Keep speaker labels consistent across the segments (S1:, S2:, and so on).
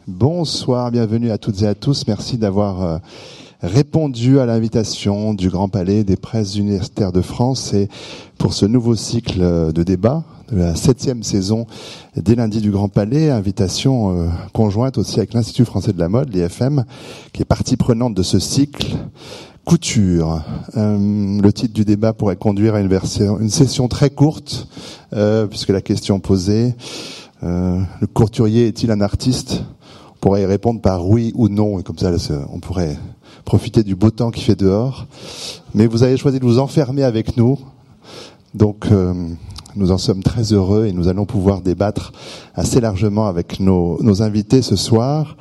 S1: Bonsoir, bienvenue à toutes et à tous. Merci d'avoir répondu à l'invitation du Grand Palais des Presses Universitaires de France et pour ce nouveau cycle de débat de la 7e saison des lundis du Grand Palais, invitation conjointe aussi avec l'Institut français de la mode, l'IFM, qui est partie prenante de ce cycle. Couture. Le titre du débat pourrait conduire à une session très courte, puisque la question posée, le couturier est-il un artiste ? On pourrait y répondre par oui ou non, et comme ça on pourrait profiter du beau temps qu'il fait dehors. Mais vous avez choisi de vous enfermer avec nous, donc nous en sommes très heureux et nous allons pouvoir débattre assez largement avec nos invités ce soir.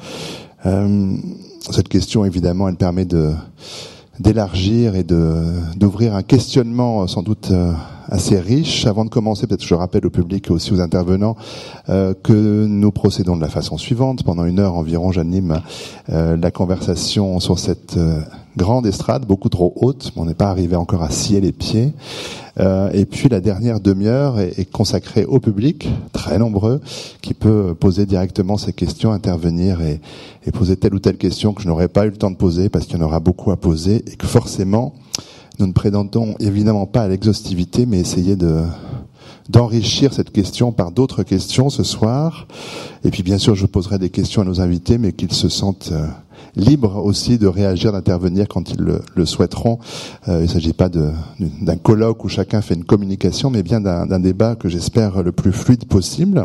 S1: Cette question, évidemment, elle permet d'élargir et d'ouvrir un questionnement sans doute assez riche. Avant de commencer, peut-être que je rappelle au public et aussi aux intervenants que nous procédons de la façon suivante. Pendant 1 heure environ, j'anime la conversation sur cette grande estrade, beaucoup trop haute, mais on n'est pas arrivé encore à scier les pieds. Et puis la dernière demi-heure est consacrée au public, très nombreux, qui peut poser directement ses questions, intervenir et poser telle ou telle question que je n'aurais pas eu le temps de poser parce qu'il y en aura beaucoup à poser et que forcément nous ne prétendons évidemment pas à l'exhaustivité, mais essayer d'enrichir cette question par d'autres questions ce soir. Et puis bien sûr, je poserai des questions à nos invités, mais qu'ils se sentent libres aussi de réagir, d'intervenir quand ils le souhaiteront. Il ne s'agit pas d'un colloque où chacun fait une communication, mais bien d'un débat que j'espère le plus fluide possible.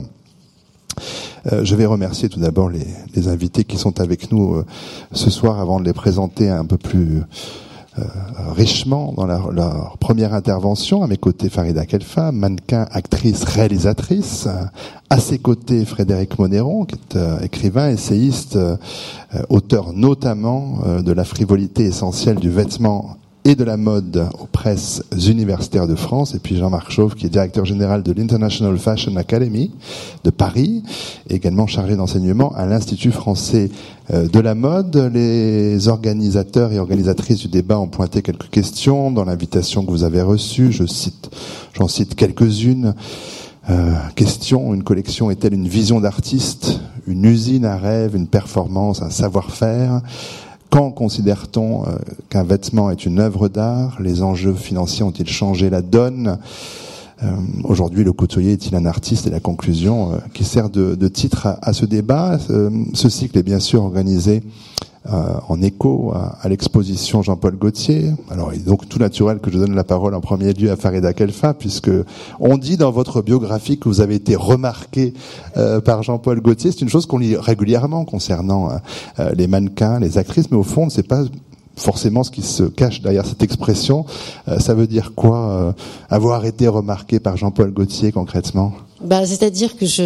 S1: Je vais remercier tout d'abord les invités qui sont avec nous ce soir avant de les présenter un peu plus richement dans leur première intervention. À mes côtés, Farida Khelfa, mannequin, actrice, réalisatrice. À ses côtés, Frédéric Monneron, qui est écrivain, essayiste, auteur notamment de La frivolité essentielle du vêtement et de la mode aux presses universitaires de France, et puis Jean-Marc Chauve, qui est directeur général de l'International Fashion Academy de Paris, également chargé d'enseignement à l'Institut français de la mode. Les organisateurs et organisatrices du débat ont pointé quelques questions dans l'invitation que vous avez reçue. J'en cite quelques-unes. Question, une collection est-elle une vision d'artiste, une usine à rêve, une performance, un savoir-faire ? Quand considère-t-on qu'un vêtement est une œuvre d'art ? Les enjeux financiers ont-ils changé la donne ? Aujourd'hui, le couturier est-il un artiste ? Et la conclusion qui sert de titre à ce débat. Ce cycle est bien sûr organisé en écho à l'exposition Jean-Paul Gaultier. Alors, il est donc tout naturel que je donne la parole en premier lieu à Farida Khelfa, puisque on dit dans votre biographie que vous avez été remarqué par Jean-Paul Gaultier. C'est une chose qu'on lit régulièrement concernant les mannequins, les actrices, mais au fond, c'est pas forcément ce qui se cache derrière cette expression. Ça veut dire quoi, avoir été remarqué par Jean-Paul Gaultier concrètement ?
S2: C'est-à-dire que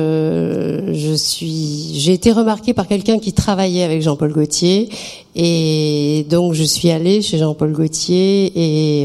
S2: j'ai été remarquée par quelqu'un qui travaillait avec Jean-Paul Gaultier, et donc je suis allée chez Jean-Paul Gaultier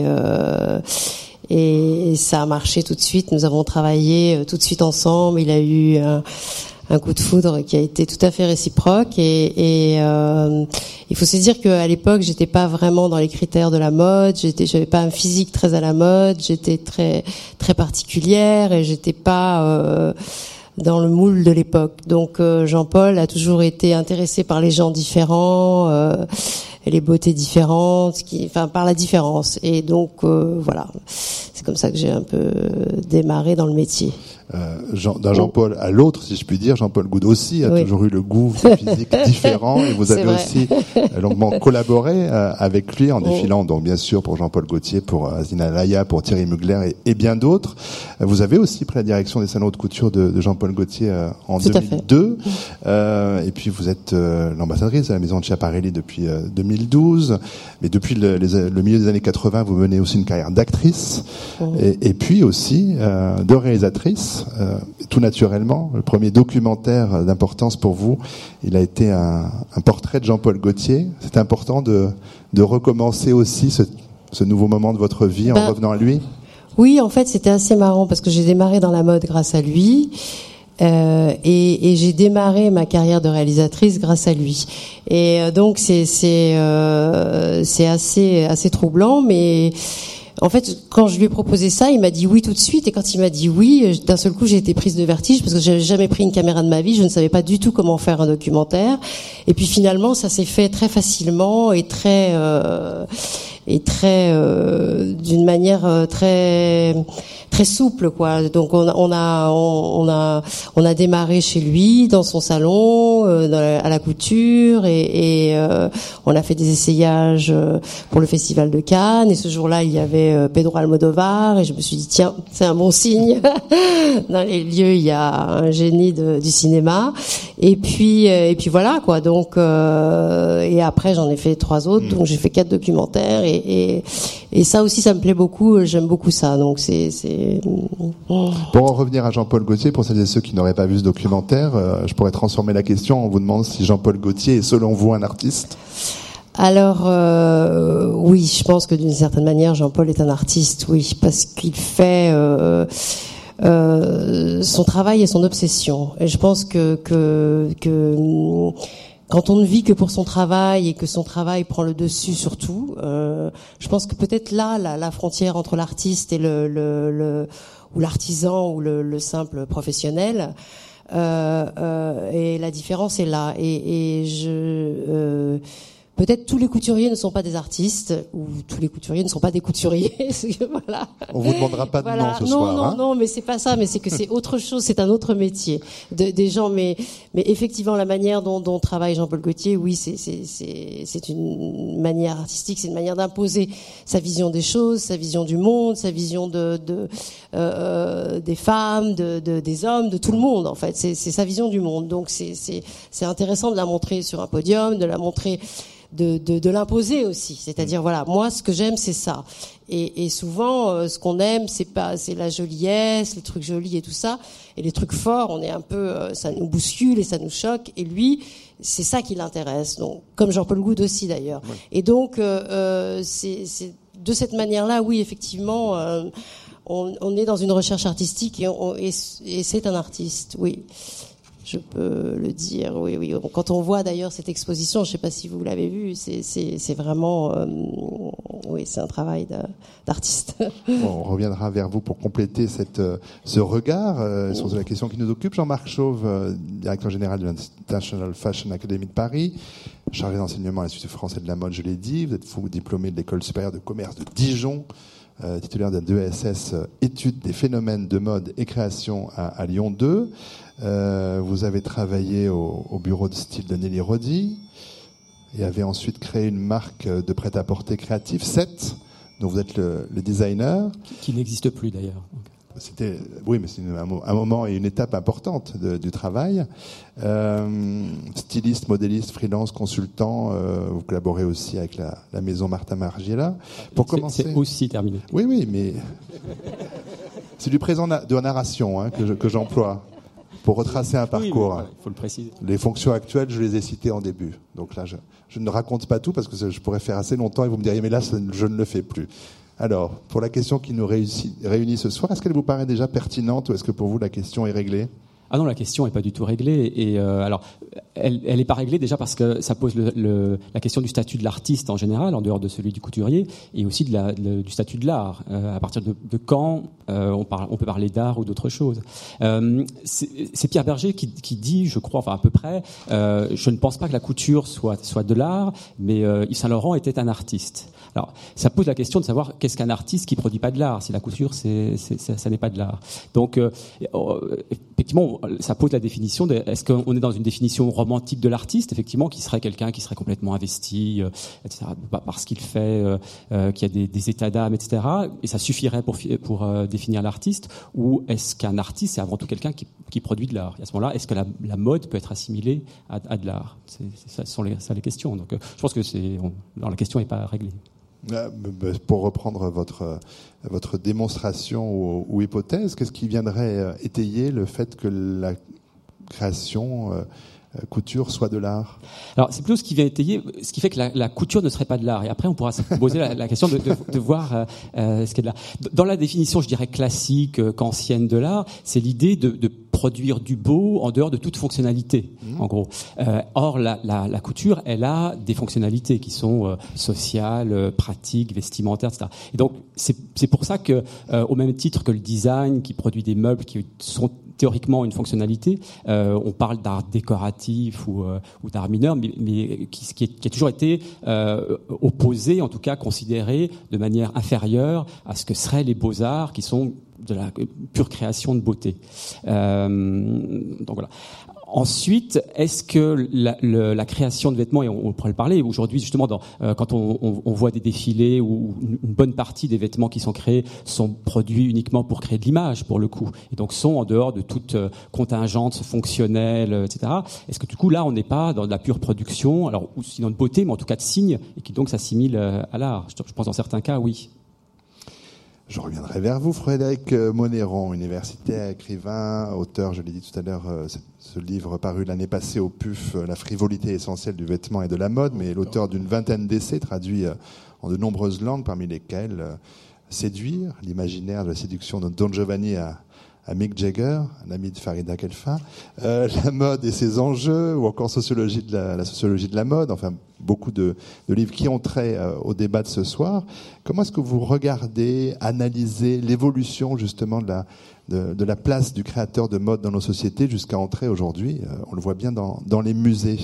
S2: et ça a marché tout de suite. Nous avons travaillé tout de suite ensemble. Il a eu un coup de foudre qui a été tout à fait réciproque et il faut se dire qu'à l'époque j'étais pas vraiment dans les critères de la mode, j'avais pas un physique très à la mode, j'étais très très particulière et j'étais pas dans le moule de l'époque. Donc Jean-Paul a toujours été intéressé par les gens différents et les beautés différentes, par la différence. Et donc voilà, c'est comme ça que j'ai un peu démarré dans le métier.
S1: D'un Jean-Paul à l'autre, si je puis dire, Jean-Paul Goud aussi a toujours eu le goût physique différent, et vous avez aussi longuement collaboré avec lui en défilant donc bien sûr pour Jean-Paul Gaultier, pour Zina Laya, pour Thierry Mugler et bien d'autres. Vous avez aussi pris la direction des salons de couture de Jean-Paul Gaultier en 2002, et puis vous êtes l'ambassadrice de la maison de Schiaparelli depuis 2012, mais depuis le milieu des années 80, vous menez aussi une carrière d'actrice et puis aussi de réalisatrice. Tout naturellement, le premier documentaire d'importance pour vous, il a été un portrait de Jean-Paul Gaultier. C'était important de recommencer aussi ce nouveau moment de votre vie en revenant à lui.
S2: Oui, en fait, c'était assez marrant parce que j'ai démarré dans la mode grâce à lui. Et j'ai démarré ma carrière de réalisatrice grâce à lui. Et donc c'est assez troublant, mais en fait, quand je lui ai proposé ça, il m'a dit oui tout de suite. Et quand il m'a dit oui, d'un seul coup, j'ai été prise de vertige parce que j'avais jamais pris une caméra de ma vie. Je ne savais pas du tout comment faire un documentaire. Et puis finalement, ça s'est fait très facilement et très d'une manière très souple, quoi. Donc on a démarré chez lui, dans son salon, à la couture, et on a fait des essayages pour le Festival de Cannes. Et ce jour-là, il y avait Pedro Almodovar, et je me suis dit tiens, c'est un bon signe. Dans les lieux, il y a un génie du cinéma. Et puis voilà, quoi. Donc et après, j'en ai fait 3 autres. Donc j'ai fait 4 documentaires, et ça aussi, ça me plaît beaucoup. J'aime beaucoup ça. Donc
S1: Pour en revenir à Jean-Paul Gaultier, pour celles et ceux qui n'auraient pas vu ce documentaire, je pourrais transformer la question en vous demandant si Jean-Paul Gaultier est selon vous un artiste.
S2: Alors oui, je pense que d'une certaine manière, Jean-Paul est un artiste, oui, parce qu'il fait son travail et son obsession. Et je pense que quand on ne vit que pour son travail et que son travail prend le dessus sur tout, je pense que peut-être là, la frontière entre l'artiste et ou l'artisan ou le simple professionnel, et la différence est là. Peut-être tous les couturiers ne sont pas des artistes, ou tous les couturiers ne sont pas des couturiers. Voilà.
S1: On vous demandera pas de nom ce soir.
S2: Non, mais c'est pas ça. Mais c'est que c'est autre chose. C'est un autre métier. Des gens, mais effectivement, la manière dont travaille Jean-Paul Gaultier, oui, c'est une manière artistique. C'est une manière d'imposer sa vision des choses, sa vision du monde, sa vision des femmes, des hommes, de tout le monde. En fait, c'est sa vision du monde. Donc c'est intéressant de la montrer sur un podium, de la montrer. De l'imposer aussi, c'est-à-dire voilà, moi ce que j'aime c'est ça, et souvent ce qu'on aime c'est la joliesse, les trucs jolis et tout ça, et les trucs forts on est un peu ça nous bouscule et ça nous choque, et lui c'est ça qui l'intéresse, donc comme Jean-Paul Goude aussi d'ailleurs, oui. Et donc c'est de cette manière-là, oui effectivement on est dans une recherche artistique et c'est un artiste, oui. Je peux le dire, oui. Quand on voit d'ailleurs cette exposition, je ne sais pas si vous l'avez vue, c'est vraiment, oui, c'est un travail d'artiste.
S1: Bon, on reviendra vers vous pour compléter ce regard sur la question qui nous occupe. Jean-Marc Chauve, directeur général de l'International Fashion Academy de Paris, chargé d'enseignement à l'Institut français de la mode, je l'ai dit. Vous êtes diplômé de l'École supérieure de commerce de Dijon. Titulaire d'un ESS études des phénomènes de mode et création à Lyon 2. Vous avez travaillé au bureau de style de Nelly Rodi et avez ensuite créé une marque de prêt-à-porter créatif, 7, dont vous êtes le designer.
S3: Qui n'existe plus d'ailleurs.
S1: Oui, mais c'est un moment et une étape importante du travail. Styliste, modéliste, freelance, consultant, vous collaborez aussi avec la maison Martha Margiela. Pour commencer,
S3: c'est aussi terminé.
S1: Oui, mais c'est du présent de narration que j'emploie pour retracer un parcours.
S3: Il faut le préciser.
S1: Les fonctions actuelles, je les ai citées en début. Donc là, je ne raconte pas tout parce que je pourrais faire assez longtemps et vous me diriez, mais là, je ne le fais plus. Alors, pour la question qui nous réunit ce soir, est-ce qu'elle vous paraît déjà pertinente ou est-ce que pour vous la question est réglée ?
S3: Ah non, la question n'est pas du tout réglée. Et alors, elle n'est pas réglée déjà parce que ça pose la question du statut de l'artiste en général, en dehors de celui du couturier, et aussi du statut de l'art. À partir de quand on peut parler d'art ou d'autre chose. C'est Pierre Berger qui dit, je crois, enfin à peu près, je ne pense pas que la couture soit de l'art, mais Yves Saint Laurent était un artiste. Alors, ça pose la question de savoir qu'est-ce qu'un artiste qui produit pas de l'art. Si la couture, ça n'est pas de l'art. Donc, effectivement, ça pose la définition est-ce qu'on est dans une définition romantique de l'artiste, effectivement, qui serait quelqu'un qui serait complètement investi, etc., parce qu'il fait, qui a des états d'âme, etc., et ça suffirait pour définir l'artiste, ou est-ce qu'un artiste, c'est avant tout quelqu'un qui produit de l'art? Et à ce moment-là, est-ce que la mode peut être assimilée à de l'art? Ce sont les questions. Donc, je pense que la question n'est pas réglée.
S1: Pour reprendre votre démonstration ou hypothèse, qu'est-ce qui viendrait étayer le fait que la création couture soit de l'art?
S3: Alors c'est plutôt ce qui vient étayer, ce qui fait que la couture ne serait pas de l'art. Et après on pourra se poser la question de voir ce qu'est de l'art. Dans la définition, je dirais classique, kantienne de l'art, c'est l'idée de produire du beau en dehors de toute fonctionnalité, en gros. Or, la couture, elle a des fonctionnalités qui sont sociales, pratiques, vestimentaires, etc. Et donc, c'est pour ça que, au même titre que le design, qui produit des meubles qui sont théoriquement une fonctionnalité, on parle d'art décoratif ou d'art mineur, mais qui a toujours été opposé, en tout cas considéré de manière inférieure à ce que seraient les beaux-arts, qui sont de la pure création de beauté. Donc voilà. Ensuite, est-ce que la création de vêtements, et on pourrait le parler aujourd'hui justement, quand on voit des défilés où une bonne partie des vêtements qui sont créés sont produits uniquement pour créer de l'image, pour le coup, et donc sont en dehors de toute contingence fonctionnelle, etc. Est-ce que du coup là, on n'est pas dans de la pure production, alors ou sinon de beauté, mais en tout cas de signes, et qui donc s'assimile à l'art? Je pense dans certains cas, oui.
S1: Je reviendrai vers vous, Frédéric Monneron, universitaire, écrivain, auteur, je l'ai dit tout à l'heure, ce livre paru l'année passée au PUF, La frivolité essentielle du vêtement et de la mode, mais l'auteur d'une vingtaine d'essais traduits en de nombreuses langues, parmi lesquelles Séduire, l'imaginaire de la séduction de Don Giovanni à Mick Jagger, un ami de Farida Khelfa, la mode et ses enjeux, ou encore la sociologie de la mode, enfin beaucoup de livres qui ont trait au débat de ce soir. Comment est-ce que vous regardez, analysez l'évolution justement de la place du créateur de mode dans nos sociétés jusqu'à entrer aujourd'hui, on le voit bien dans les musées?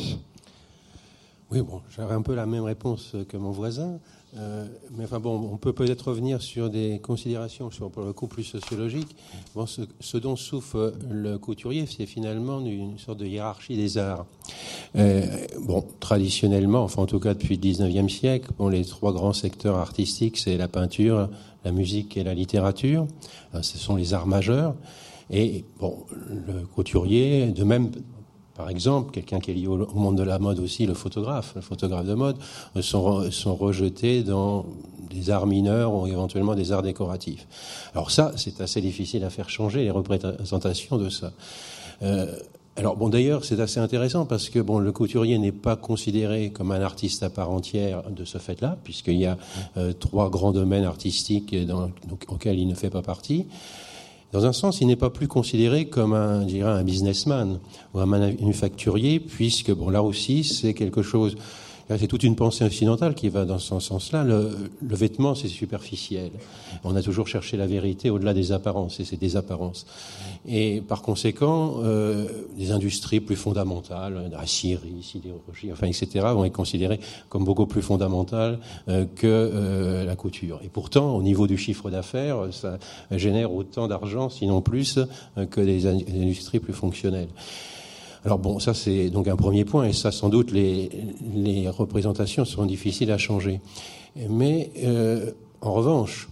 S4: Oui, bon, j'aurais un peu la même réponse que mon voisin. Mais enfin bon, on peut peut-être revenir sur des considérations, pour le coup plus sociologiques. Bon, ce dont souffre le couturier, c'est finalement une sorte de hiérarchie des arts. Bon, traditionnellement, enfin en tout cas depuis le 19e siècle, bon, les trois grands secteurs artistiques, c'est la peinture, la musique et la littérature. Ce sont les arts majeurs. Et bon, le couturier, de même. Par exemple, quelqu'un qui est lié au monde de la mode aussi, le photographe de mode, sont rejetés dans des arts mineurs ou éventuellement des arts décoratifs. Alors ça, c'est assez difficile à faire changer les représentations de ça. Alors bon, d'ailleurs, c'est assez intéressant parce que bon, le couturier n'est pas considéré comme un artiste à part entière de ce fait-là, puisqu'il y a trois grands domaines artistiques auxquels il ne fait pas partie. Dans un sens, il n'est pas plus considéré comme un businessman ou un manufacturier, puisque bon, là aussi, c'est quelque chose. C'est toute une pensée occidentale qui va dans ce sens-là. Le vêtement, c'est superficiel. On a toujours cherché la vérité au-delà des apparences, et c'est des apparences. Et par conséquent, des industries plus fondamentales, aciérie, sidérurgie, enfin, etc., vont être considérées comme beaucoup plus fondamentales que la couture. Et pourtant, au niveau du chiffre d'affaires, ça génère autant d'argent, sinon plus, que des industries plus fonctionnelles. Alors bon, ça c'est donc un premier point, et ça sans doute les représentations seront difficiles à changer. Mais en revanche,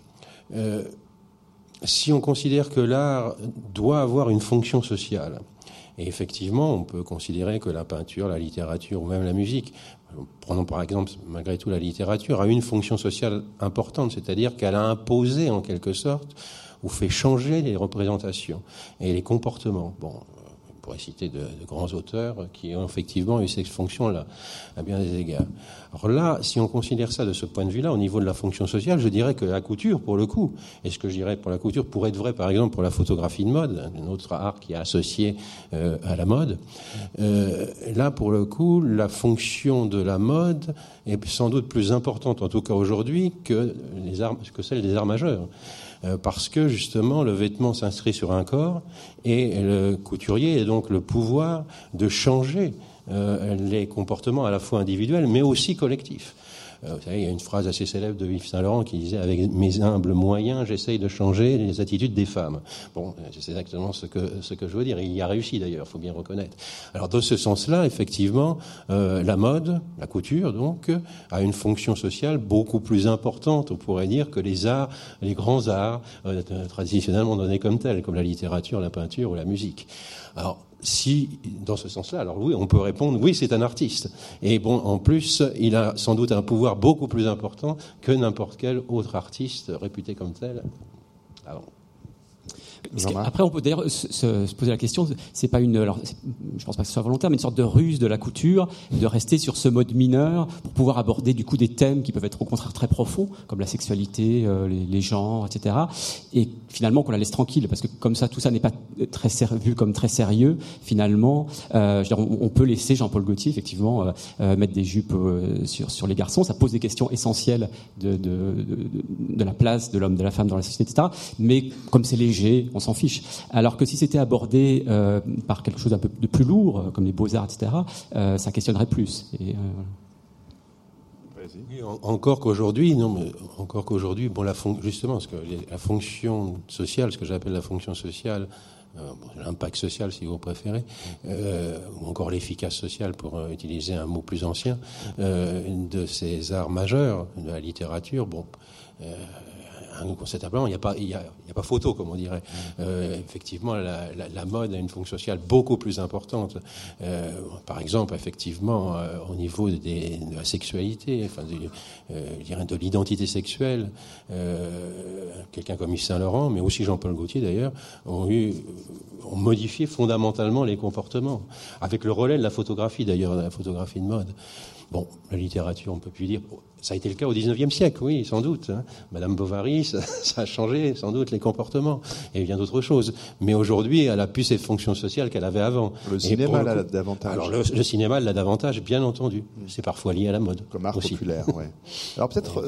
S4: si on considère que l'art doit avoir une fonction sociale, et effectivement on peut considérer que la peinture, la littérature ou même la musique, prenons par exemple malgré tout la littérature, a une fonction sociale importante, c'est-à-dire qu'elle a imposé en quelque sorte ou fait changer les représentations et les comportements. Bon. On pourrait citer de grands auteurs qui ont effectivement eu cette fonction-là, à bien des égards. Alors là, si on considère ça de ce point de vue-là, au niveau de la fonction sociale, je dirais que la couture, pour le coup, et ce que je dirais pour la couture pourrait être vrai, par exemple, pour la photographie de mode, un autre art qui est associé à la mode. Là, pour le coup, la fonction de la mode est sans doute plus importante, en tout cas aujourd'hui, que celle des arts majeurs. Parce que justement le vêtement s'inscrit sur un corps et le couturier a donc le pouvoir de changer les comportements à la fois individuels mais aussi collectifs. Vous savez, il y a une phrase assez célèbre de Yves Saint-Laurent qui disait « Avec mes humbles moyens, j'essaye de changer les attitudes des femmes ». Bon, c'est exactement ce que je veux dire. Et il y a réussi d'ailleurs, il faut bien reconnaître. Alors dans ce sens-là, effectivement, la mode, la couture, donc, a une fonction sociale beaucoup plus importante, on pourrait dire, que les arts, les grands arts traditionnellement donnés comme tels, comme la littérature, la peinture ou la musique. Alors, si, dans ce sens-là, alors oui, on peut répondre, oui, c'est un artiste. Et bon, en plus, il a sans doute un pouvoir beaucoup plus important que n'importe quel autre artiste réputé comme tel avant.
S3: Après, on peut d'ailleurs se poser la question, c'est pas je pense pas que ce soit volontaire, mais une sorte de ruse de la couture, de rester sur ce mode mineur pour pouvoir aborder du coup des thèmes qui peuvent être au contraire très profonds, comme la sexualité, les genres, etc. Et finalement qu'on la laisse tranquille, parce que comme ça, tout ça n'est pas vu comme très sérieux. Finalement, on peut laisser Jean-Paul Gaultier effectivement mettre des jupes sur les garçons. Ça pose des questions essentielles de la place de l'homme, de la femme dans la société, etc. Mais comme c'est léger, on s'en fiche. Alors que si c'était abordé par quelque chose un peu de plus lourd, comme les beaux-arts, etc., ça questionnerait plus. Et,
S4: oui, encore qu'aujourd'hui, justement, parce que la fonction sociale, ce que j'appelle la fonction sociale, l'impact social si vous préférez, ou encore l'efficace sociale pour utiliser un mot plus ancien, de ces arts majeurs, de la littérature, constatablement, il n'y a pas photo, comme on dirait. Effectivement, la mode a une fonction sociale beaucoup plus importante. Par exemple, effectivement, au niveau de la sexualité, enfin, je dirais de l'identité sexuelle, quelqu'un comme Yves Saint-Laurent, mais aussi Jean-Paul Gaultier d'ailleurs, ont modifié fondamentalement les comportements, avec le relais de la photographie d'ailleurs, de la photographie de mode. Bon, la littérature, on peut plus dire. Ça a été le cas au XIXe siècle, oui, sans doute. Madame Bovary, ça a changé, sans doute, les comportements et bien d'autres choses. Mais aujourd'hui, elle a plus cette fonction sociale qu'elle avait avant.
S1: Le cinéma l'a davantage.
S4: Alors, le cinéma l'a davantage, bien entendu. C'est parfois lié à la mode.
S1: Comme art
S4: aussi.
S1: Populaire, oui. Alors peut-être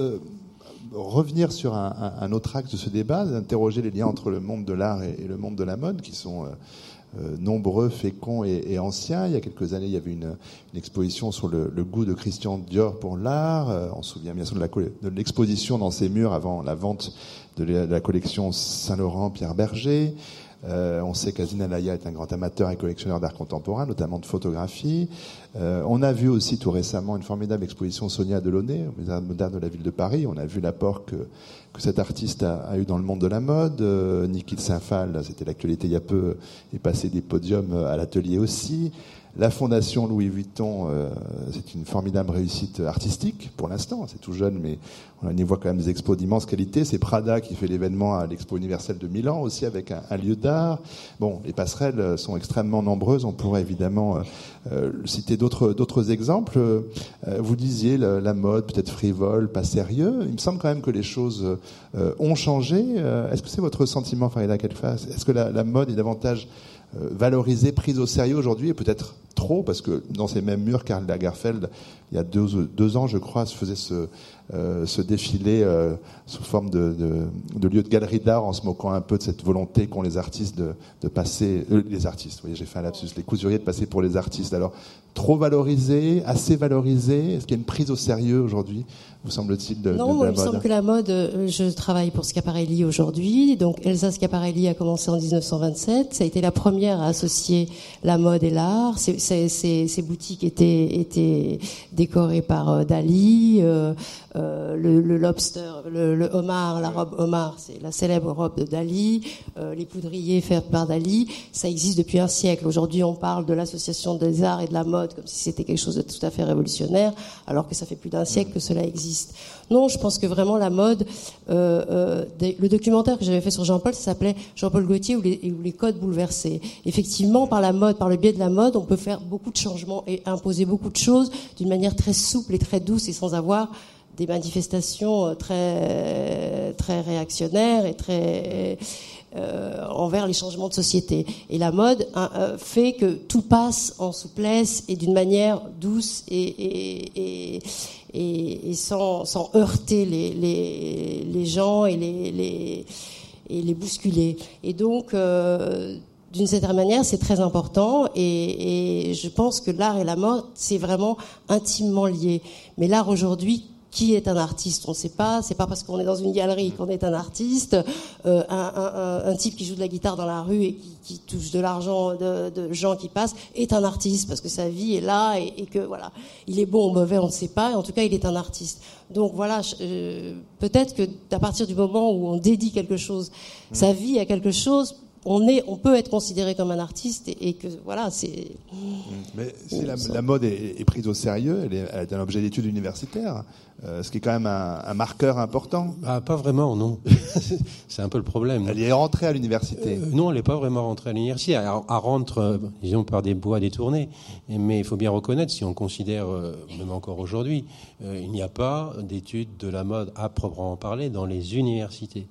S1: revenir sur un autre axe de ce débat, d'interroger les liens entre le monde de l'art et le monde de la mode, qui sont nombreux, féconds et anciens. Il y a quelques années, il y avait une exposition sur le goût de Christian Dior pour l'art. On se souvient bien sûr de l'exposition dans ses murs avant la vente de la collection Saint-Laurent Pierre Berger. On sait qu'Azine Alaya est un grand amateur et collectionneur d'art contemporain, notamment de photographie. On a vu aussi tout récemment une formidable exposition Sonia Delaunay au Musée d'art moderne de la ville de Paris. On a vu l'apport que cet artiste a eu dans le monde de la mode. Niki de Saint-Phal, c'était l'actualité il y a peu, est passé des podiums à l'atelier aussi. La Fondation Louis Vuitton, c'est une formidable réussite artistique pour l'instant. C'est tout jeune, mais on y voit quand même des expos d'immense qualité. C'est Prada qui fait l'événement à l'Expo universelle de Milan aussi, avec un lieu d'art. Bon, les passerelles sont extrêmement nombreuses. On pourrait évidemment citer d'autres exemples. Vous disiez la mode, peut-être frivole, pas sérieux. Il me semble quand même que les choses ont changé. Est-ce que c'est votre sentiment, Farida Khelfa ? Est-ce que la mode est davantage valorisée, prise au sérieux aujourd'hui, et peut-être trop, parce que dans ces mêmes murs, Karl Lagerfeld, il y a deux ans, je crois, se faisait ce défilé sous forme de lieu de galerie d'art, en se moquant un peu de cette volonté qu'ont les artistes de passer, les artistes, vous voyez, j'ai fait un lapsus, les couturiers de passer pour les artistes. Alors, trop valorisé, assez valorisé, est-ce qu'il y a une prise au sérieux aujourd'hui, vous semble-t-il, de la mode ?
S2: Non, il me semble que la mode, je travaille pour Schiaparelli aujourd'hui, donc Elsa Schiaparelli a commencé en 1927, ça a été la première à associer la mode et l'art. Ces boutiques étaient décorées par Dali, le lobster, le homard, la robe homard, c'est la célèbre robe de Dali, les poudriers faits par Dali. Ça existe depuis un siècle. Aujourd'hui, on parle de l'association des arts et de la mode comme si c'était quelque chose de tout à fait révolutionnaire, alors que ça fait plus d'un siècle que cela existe. Non, je pense que vraiment la mode, le documentaire que j'avais fait sur Jean-Paul, ça s'appelait Jean-Paul Gaultier ou les codes bouleversés. Effectivement, par le biais de la mode, on peut faire beaucoup de changements et imposer beaucoup de choses d'une manière très souple et très douce et sans avoir des manifestations très, très réactionnaires et très envers les changements de société. Et la mode fait que tout passe en souplesse et d'une manière douce et sans heurter les gens et les bousculer. Et donc, d'une certaine manière, c'est très important et je pense que l'art et la mode, c'est vraiment intimement lié. Mais l'art aujourd'hui, qui est un artiste? On ne sait pas. C'est pas parce qu'on est dans une galerie qu'on est un artiste. Un type qui joue de la guitare dans la rue et qui touche de l'argent de gens qui passent est un artiste parce que sa vie est là et que voilà, il est bon ou mauvais, on ne sait pas. Et en tout cas, il est un artiste. Donc voilà, peut-être que à partir du moment où on dédie quelque chose, sa vie à quelque chose, on peut être considéré comme un artiste et que voilà, c'est.
S1: Mais si la mode est prise au sérieux, elle est un objet d'étude universitaire, ce qui est quand même un marqueur important.
S4: Pas vraiment, non. C'est un peu le problème.
S1: Elle est rentrée à l'université.
S4: Non, elle n'est pas vraiment rentrée à l'université. Elle rentre, disons, par des bois détournés. Mais il faut bien reconnaître, si on considère, même encore aujourd'hui, il n'y a pas d'études de la mode à proprement parler dans les universités.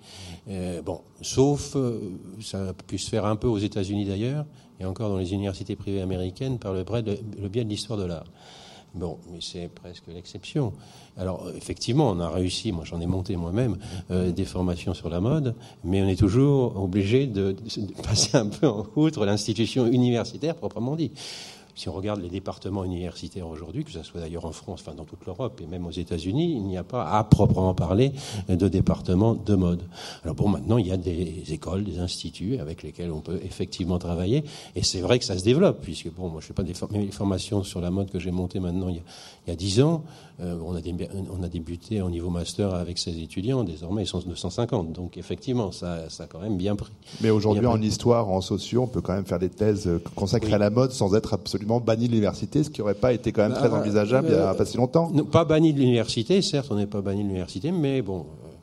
S4: Sauf, ça a pu se faire un peu aux États-Unis d'ailleurs, et encore dans les universités privées américaines par le biais de l'histoire de l'art. Bon, mais c'est presque l'exception. Alors, effectivement, on a réussi, moi j'en ai monté moi-même, des formations sur la mode, mais on est toujours obligé de passer un peu en outre l'institution universitaire proprement dit. Si on regarde les départements universitaires aujourd'hui, que ce soit d'ailleurs en France, enfin dans toute l'Europe et même aux États-Unis, il n'y a pas à proprement parler de département de mode. Alors bon, maintenant il y a des écoles, des instituts avec lesquels on peut effectivement travailler, et c'est vrai que ça se développe, puisque bon, moi je fais pas des formations sur la mode que j'ai montées maintenant il y a 10 ans. On a débuté au niveau master avec 16 étudiants, désormais ils sont 250, donc effectivement ça a quand même bien pris.
S1: Mais aujourd'hui en histoire, en sociaux, on peut quand même faire des thèses consacrées à la mode sans être absolument banni de l'université, ce qui n'aurait pas été quand même très envisageable il n'y a pas si longtemps.
S4: Pas banni de l'université, certes on n'est pas banni de l'université, mais bon...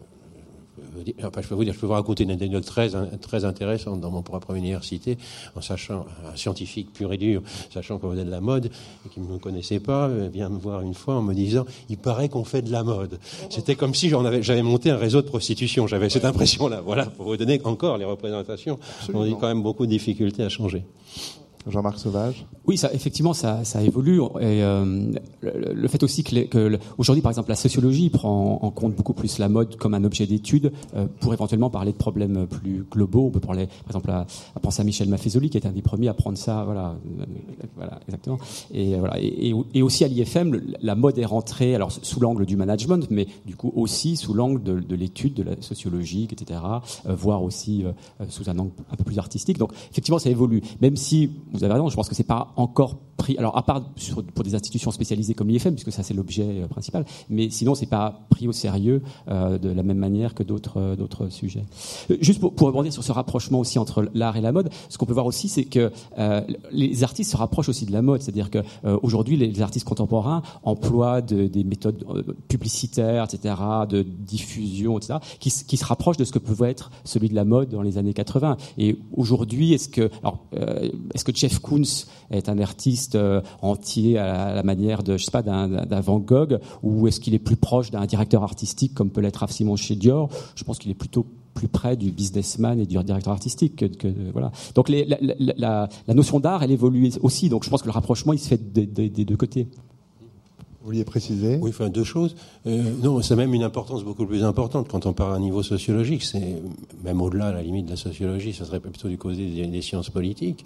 S4: je peux vous raconter une anecdote très intéressante dans mon propre université, en sachant, un scientifique pur et dur, sachant qu'on faisait de la mode, et qui ne me connaissait pas, vient me voir une fois en me disant, il paraît qu'on fait de la mode. C'était comme si j'avais monté un réseau de prostitution, j'avais cette impression-là. Voilà, pour vous donner encore les représentations. Absolument. On a quand même beaucoup de difficultés à changer.
S1: Jean-Marc Sauvage.
S3: Oui, effectivement, ça évolue. Et le fait aussi que aujourd'hui, par exemple, la sociologie prend en compte beaucoup plus la mode comme un objet d'étude pour éventuellement parler de problèmes plus globaux. On peut parler, par exemple, à penser à Michel Maffezoli, qui est un des premiers à prendre ça. Voilà, exactement. Et aussi à l'IFM, la mode est rentrée, alors sous l'angle du management, mais du coup aussi sous l'angle de l'étude de la sociologique, etc. Voire aussi sous un angle un peu plus artistique. Donc, effectivement, ça évolue. Même si vous avez raison, je pense que c'est pas encore pris, alors à part pour des institutions spécialisées comme l'IFM, puisque ça c'est l'objet principal, mais sinon c'est pas pris au sérieux de la même manière que d'autres sujets. Juste pour rebondir sur ce rapprochement aussi entre l'art et la mode, ce qu'on peut voir aussi c'est que les artistes se rapprochent aussi de la mode, c'est-à-dire que aujourd'hui les artistes contemporains emploient des méthodes publicitaires, etc., de diffusion, etc., qui se rapprochent de ce que pouvait être celui de la mode dans les années 80. Et aujourd'hui, est-ce que Jeff Koons est un artiste entier à la manière de, je sais pas, d'un Van Gogh, ou est-ce qu'il est plus proche d'un directeur artistique comme peut l'être Raf Simons chez Dior? Je pense qu'il est plutôt plus près du businessman et du directeur artistique que voilà. Donc la notion d'art, elle évolue aussi. Donc je pense que le rapprochement, il se fait des deux côtés.
S1: Vous vouliez préciser ?
S4: Oui, enfin deux choses. Non, c'est même une importance beaucoup plus importante quand on parle à un niveau sociologique. C'est même au-delà, à la limite de la sociologie, ça serait plutôt du côté des sciences politiques.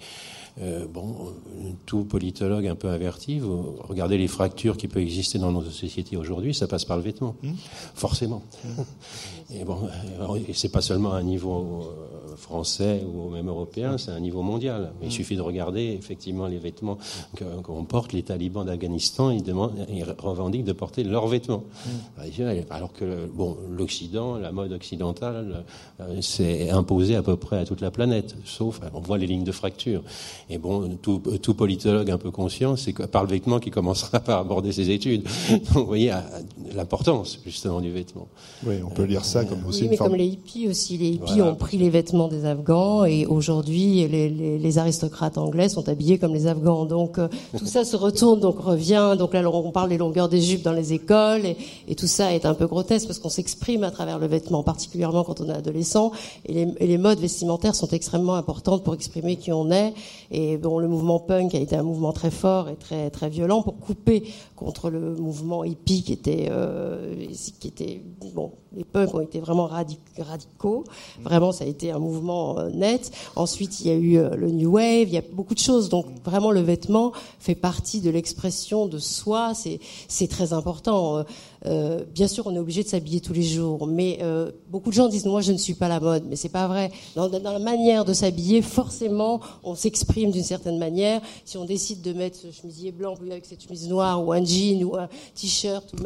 S4: Tout politologue un peu averti, vous regardez les fractures qui peuvent exister dans notre société aujourd'hui, ça passe par le vêtement, forcément. Et bon, et c'est pas seulement à un niveau français ou même européen, c'est à un niveau mondial. Mais il suffit de regarder effectivement les vêtements qu'on porte. Les talibans d'Afghanistan, ils revendiquent de porter leurs vêtements. Alors que l'Occident, la mode occidentale, c'est imposé à peu près à toute la planète. Sauf, on voit les lignes de fracture. Et bon, tout politologue un peu conscient, c'est par le vêtement qu'il commencera par aborder ses études. Donc, vous voyez l'importance justement du vêtement.
S1: Oui, on peut lire ça comme aussi
S2: une forme. Comme les hippies aussi. Les hippies ont pris les vêtements des Afghans et aujourd'hui, les aristocrates anglais sont habillés comme les Afghans. Donc tout ça se retourne, donc revient. Donc là, on parle des longueurs des jupes dans les écoles et tout ça est un peu grotesque parce qu'on s'exprime à travers le vêtement, particulièrement quand on est adolescent. Et les modes vestimentaires sont extrêmement importantes pour exprimer qui on est. Et bon, le mouvement punk a été un mouvement très fort et très très violent pour couper contre le mouvement hippie qui était bon, les punks ont été vraiment radicaux. Vraiment, ça a été un mouvement net. Ensuite, il y a eu le New Wave. Il y a beaucoup de choses. Donc, vraiment, le vêtement fait partie de l'expression de soi. C'est très important. Bien sûr, on est obligé de s'habiller tous les jours, mais beaucoup de gens disent moi je ne suis pas la mode, mais c'est pas vrai. Dans la manière de s'habiller, forcément, on s'exprime d'une certaine manière. Si on décide de mettre ce chemisier blanc avec cette chemise noire, ou un jean, ou un t-shirt, ou même une robe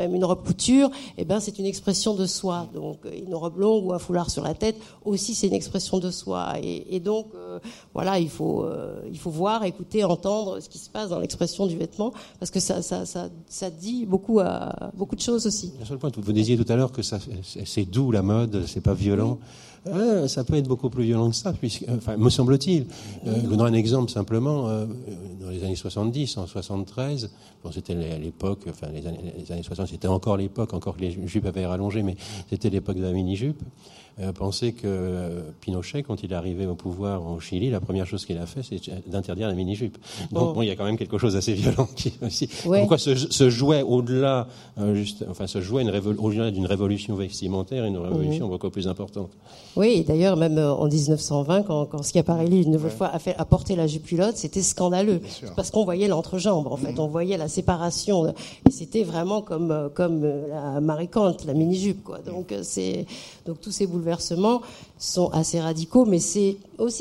S2: couture, c'est une expression de soi. Donc une robe longue ou un foulard sur la tête aussi, c'est une expression de soi. Et donc voilà, il faut voir, écouter, entendre ce qui se passe dans l'expression du vêtement, parce que ça dit beaucoup de choses aussi.
S4: Un seul point, vous disiez tout à l'heure que c'est doux la mode, c'est pas violent. Ça peut être beaucoup plus violent que ça, me semble-t-il. Je donne un exemple simplement. Dans les années 70, en 73, c'était l'époque, les années 60, c'était encore l'époque, encore que les jupes avaient rallongé, mais c'était l'époque de la mini-jupe. Pensez que Pinochet, quand il est arrivé au pouvoir au Chili, la première chose qu'il a fait, c'est d'interdire la mini-jupe. Donc il y a quand même quelque chose d'assez violent qui aussi. Ouais. Pourquoi ce jouet au-delà, au-delà d'une révolution vestimentaire, une révolution beaucoup plus importante.
S2: Oui, et d'ailleurs même en 1920, quand Schiaparelli une nouvelle fois a porté la jupe culotte, c'était scandaleux, parce qu'on voyait l'entrejambe. En fait, on voyait la séparation, et c'était vraiment comme la Marie-Kant, la mini-jupe, quoi. Donc tous ces bouleversements sont assez radicaux, mais c'est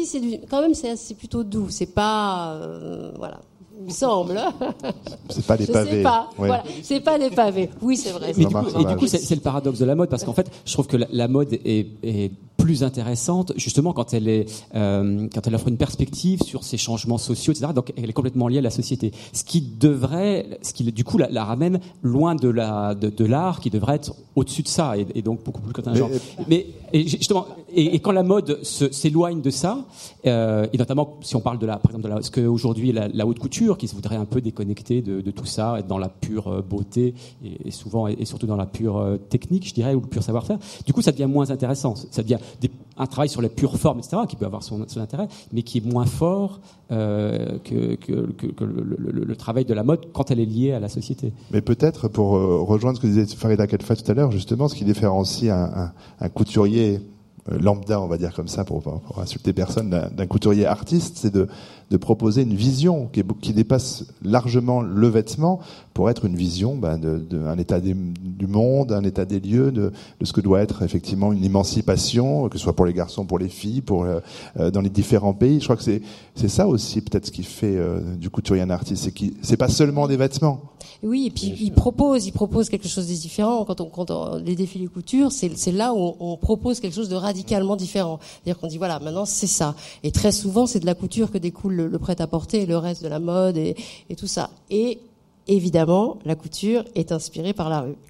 S2: plutôt doux. C'est pas voilà. Il me semble.
S1: C'est pas des pavés.
S2: Je sais pas. Ouais. Voilà. C'est pas des pavés. Oui, c'est vrai.
S3: Mais du coup, c'est le paradoxe de la mode, parce qu'en fait, je trouve que la mode est plus intéressante justement quand elle offre une perspective sur ces changements sociaux, etc. Donc elle est complètement liée à la société. Ce qui du coup la ramène loin de l'art, qui devrait être au-dessus de ça et donc beaucoup plus contingent. Mais justement, et quand la mode s'éloigne de ça, et notamment si on parle par exemple de ce qu'aujourd'hui la haute couture, qui se voudrait un peu déconnecter de tout ça, être dans la pure beauté et souvent et surtout dans la pure technique, je dirais, ou le pur savoir-faire. Du coup, ça devient moins intéressant. Ça devient un travail sur la pure forme, etc., qui peut avoir son intérêt, mais qui est moins fort que le travail de la mode quand elle est liée à la société.
S1: Mais peut-être, pour rejoindre ce que disait Farida Khelfa tout à l'heure, justement, ce qui différencie un couturier lambda, on va dire comme ça, pour insulter personne, d'un couturier artiste, c'est de proposer une vision qui dépasse largement le vêtement, pour être une vision d'un état du monde, un état des lieux, de ce que doit être effectivement une émancipation, que ce soit pour les garçons, pour les filles, dans les différents pays. Je crois que c'est ça aussi peut-être ce qui fait du couturier un artiste, c'est pas seulement des vêtements.
S2: Oui, et puis il propose quelque chose de différent. Quand on les défilés couture, c'est là où on propose quelque chose de radicalement différent. C'est-à-dire qu'on dit voilà, maintenant c'est ça. Et très souvent, c'est de la couture que découle le prêt-à-porter et le reste de la mode et tout ça. Et évidemment, la couture est inspirée par la rue.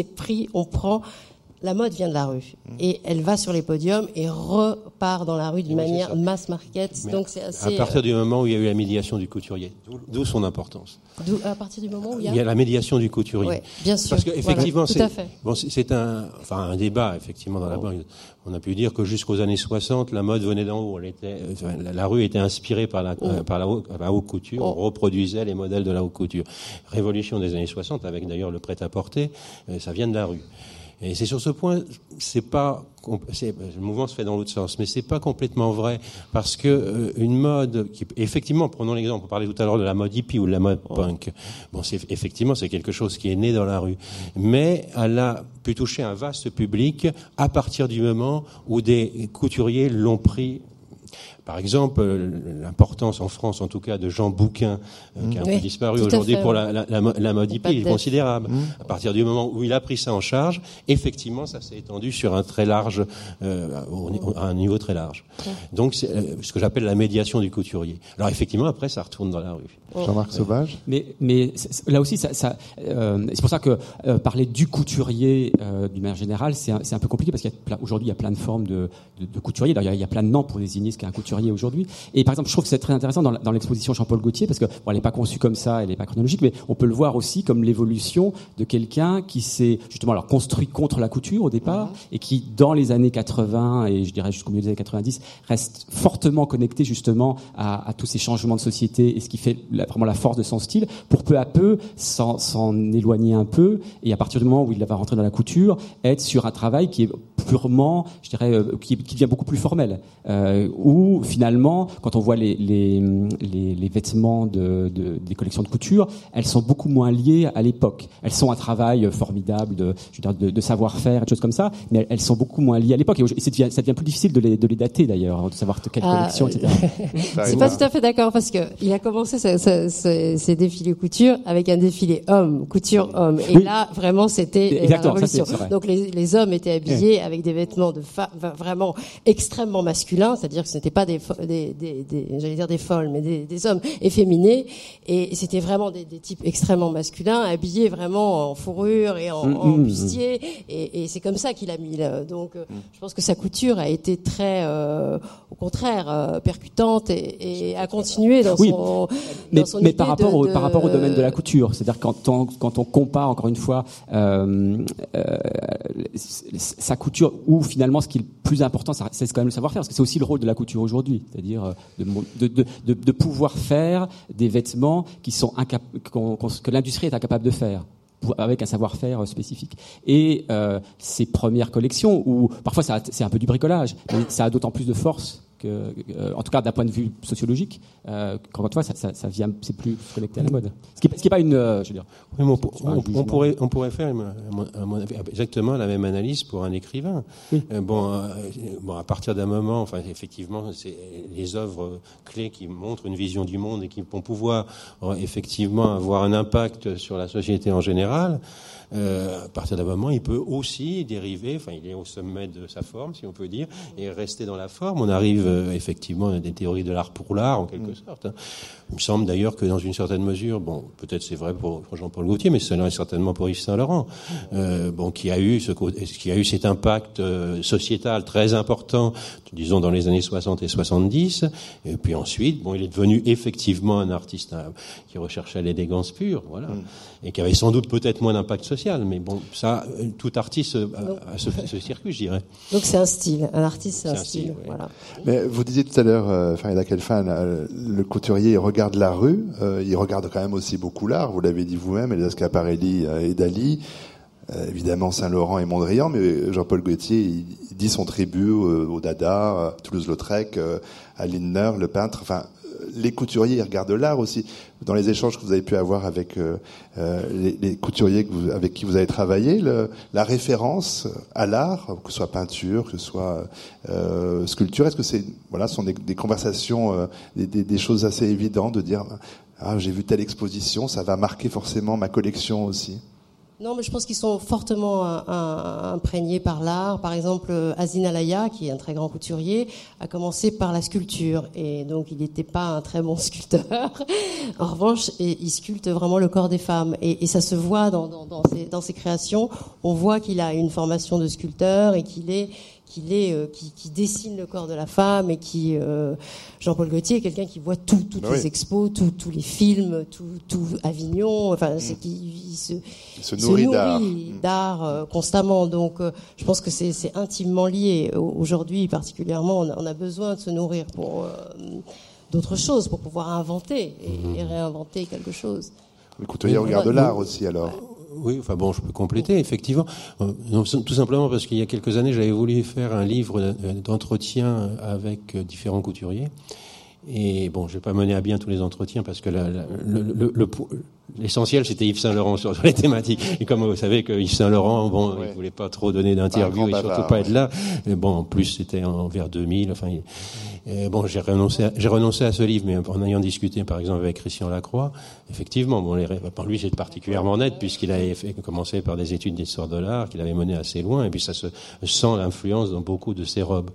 S2: La mode vient de la rue et elle va sur les podiums et repart dans la rue d'une manière mass market.
S4: Mais
S2: donc c'est assez.
S4: À partir du moment où il y a eu la médiation du couturier, d'où son importance.
S2: À partir du moment où il y a
S4: la médiation du couturier.
S2: Oui, bien sûr.
S4: Parce que effectivement,
S2: c'est
S4: un débat effectivement dans la mode. On a pu dire que jusqu'aux années 60, la mode venait d'en haut. La rue était inspirée par la haute couture. On reproduisait les modèles de la haute couture. Révolution des années 60, avec d'ailleurs le prêt-à-porter, ça vient de la rue. Et c'est sur ce point, le mouvement se fait dans l'autre sens, mais c'est pas complètement vrai, parce que une mode effectivement, prenons l'exemple, on parlait tout à l'heure de la mode hippie ou de la mode punk. Bon, c'est quelque chose qui est né dans la rue, mais elle a pu toucher un vaste public à partir du moment où des couturiers l'ont pris. Par exemple, l'importance en France, en tout cas, de Jean Bouquin, qui a un peu disparu aujourd'hui pour la mode hippie, est considérable. À partir du moment où il a pris ça en charge, effectivement, ça s'est étendu sur un très large, à un niveau très large. Donc, c'est ce que j'appelle la médiation du couturier. Alors, effectivement, après, ça retourne dans la rue.
S1: Jean-Marc Sauvage.
S3: Mais là aussi, c'est pour ça que parler du couturier d'une manière générale, c'est un peu compliqué, parce qu'aujourd'hui, il y a plein de formes de couturier. D'ailleurs, il y a plein de noms pour désigner ce qu'est un couturier aujourd'hui. Et par exemple, je trouve que c'est très intéressant dans l'exposition Jean-Paul Gaultier, parce que elle n'est pas conçue comme ça, elle n'est pas chronologique, mais on peut le voir aussi comme l'évolution de quelqu'un qui s'est justement construit contre la couture au départ, et qui dans les années 80 et je dirais jusqu'au milieu des années 90 reste fortement connecté justement à tous ces changements de société et ce qui fait vraiment la force de son style, pour peu à peu s'en éloigner un peu, et à partir du moment où il va rentrer dans la couture, être sur un travail qui est purement, je dirais, qui devient beaucoup plus formel, où finalement, quand on voit les vêtements des collections de couture, elles sont beaucoup moins liées à l'époque. Elles sont un travail formidable de savoir-faire et de choses comme ça, mais elles sont beaucoup moins liées à l'époque. Et ça devient plus difficile de les dater d'ailleurs, de savoir quelle collection, etc.
S2: C'est pas tout à fait d'accord parce que il a commencé ses défilés couture avec un défilé homme, couture homme. Et là, vraiment, c'était la révolution. Donc les hommes étaient habillés avec des vêtements de vraiment extrêmement masculins, c'est-à-dire que ce n'étaient pas j'allais dire des folles, mais des hommes efféminés. Et c'était vraiment des types extrêmement masculins, habillés vraiment en fourrure et en bustier. Et c'est comme ça qu'il a mis. Donc, je pense que sa couture a été très, au contraire, percutante et a continué dans son
S3: mais par rapport au domaine de la couture, c'est-à-dire quand on compare encore une fois sa couture, où finalement ce qui est le plus important, c'est quand même le savoir-faire, parce que c'est aussi le rôle de la couture aujourd'hui, c'est-à-dire de pouvoir faire des vêtements que l'industrie est incapable de faire, avec un savoir-faire spécifique. Et ces premières collections, où parfois c'est un peu du bricolage, mais ça a d'autant plus de force en tout cas d'un point de vue sociologique, quand toi ça vient, c'est plus connecté à la mode. Ce qui est pas une, je veux dire.
S4: Oui, on pourrait faire à mon avis, exactement la même analyse pour un écrivain. Oui. À partir d'un moment, enfin effectivement, c'est les œuvres clés qui montrent une vision du monde et qui vont pouvoir effectivement avoir un impact sur la société en général. À partir d'un moment, il peut aussi dériver, enfin, il est au sommet de sa forme, si on peut dire, et rester dans la forme. On arrive effectivement à des théories de l'art pour l'art, en quelque sorte. Hein. Il me semble d'ailleurs que dans une certaine mesure, bon, peut-être c'est vrai pour Jean-Paul Gaultier, mais cela est certainement pour Yves Saint-Laurent, qui a eu cet impact sociétal très important, disons dans les années 60 et 70. Et puis ensuite, il est devenu effectivement un artiste qui recherchait l'élégance pure, voilà, et qui avait sans doute peut-être moins d'impact social, mais bon, ça, tout artiste a ce circuit, je dirais.
S2: Donc c'est un style, un artiste, c'est un style, oui. Voilà.
S1: Mais vous disiez tout à l'heure, Farida Khelfan, le couturier, il regarde la rue, il regarde quand même aussi beaucoup l'art, vous l'avez dit vous-même, Elsa Schiaparelli et Dali, évidemment Saint-Laurent et Mondrian, mais Jean-Paul Gaultier, il dit son tribut au Dada, Toulouse-Lautrec, à Lindner, le peintre, enfin, les couturiers, ils regardent l'art aussi. Dans les échanges que vous avez pu avoir avec les couturiers avec qui vous avez travaillé, la référence à l'art, que ce soit peinture, que ce soit sculpture, est-ce que ce sont des conversations, des choses assez évidentes de dire j'ai vu telle exposition, ça va marquer forcément ma collection aussi?
S2: Non, mais je pense qu'ils sont fortement imprégnés par l'art. Par exemple, Azin Alaya, qui est un très grand couturier, a commencé par la sculpture. Et donc, il n'était pas un très bon sculpteur. En revanche, il sculpte vraiment le corps des femmes. Et ça se voit dans ses créations. On voit qu'il a une formation de sculpteur et qui dessine le corps de la femme, et Jean-Paul Gaultier est quelqu'un qui voit toutes les expos, tous les films, tout Avignon, enfin, c'est qu'il se nourrit d'art constamment. Donc, je pense que c'est intimement lié. Aujourd'hui, particulièrement, on a besoin de se nourrir pour d'autres choses, pour pouvoir inventer et réinventer quelque chose.
S1: Le couturier regarde l'art aussi, alors.
S4: Oui, enfin bon, je peux compléter, effectivement. Tout simplement parce qu'il y a quelques années, j'avais voulu faire un livre d'entretien avec différents couturiers. Et bon, je vais pas mener à bien tous les entretiens parce que l'essentiel, c'était Yves Saint-Laurent sur les thématiques. Et comme vous savez que Yves Saint-Laurent, il voulait pas trop donner d'interviews et surtout pas être là. Mais bon, en plus, c'était vers 2000. Enfin, j'ai renoncé à ce livre, mais en ayant discuté, par exemple, avec Christian Lacroix, effectivement, pour lui, c'est particulièrement net puisqu'il avait commencé par des études d'histoire de l'art qu'il avait mené assez loin, et puis ça se sent l'influence dans beaucoup de ses robes.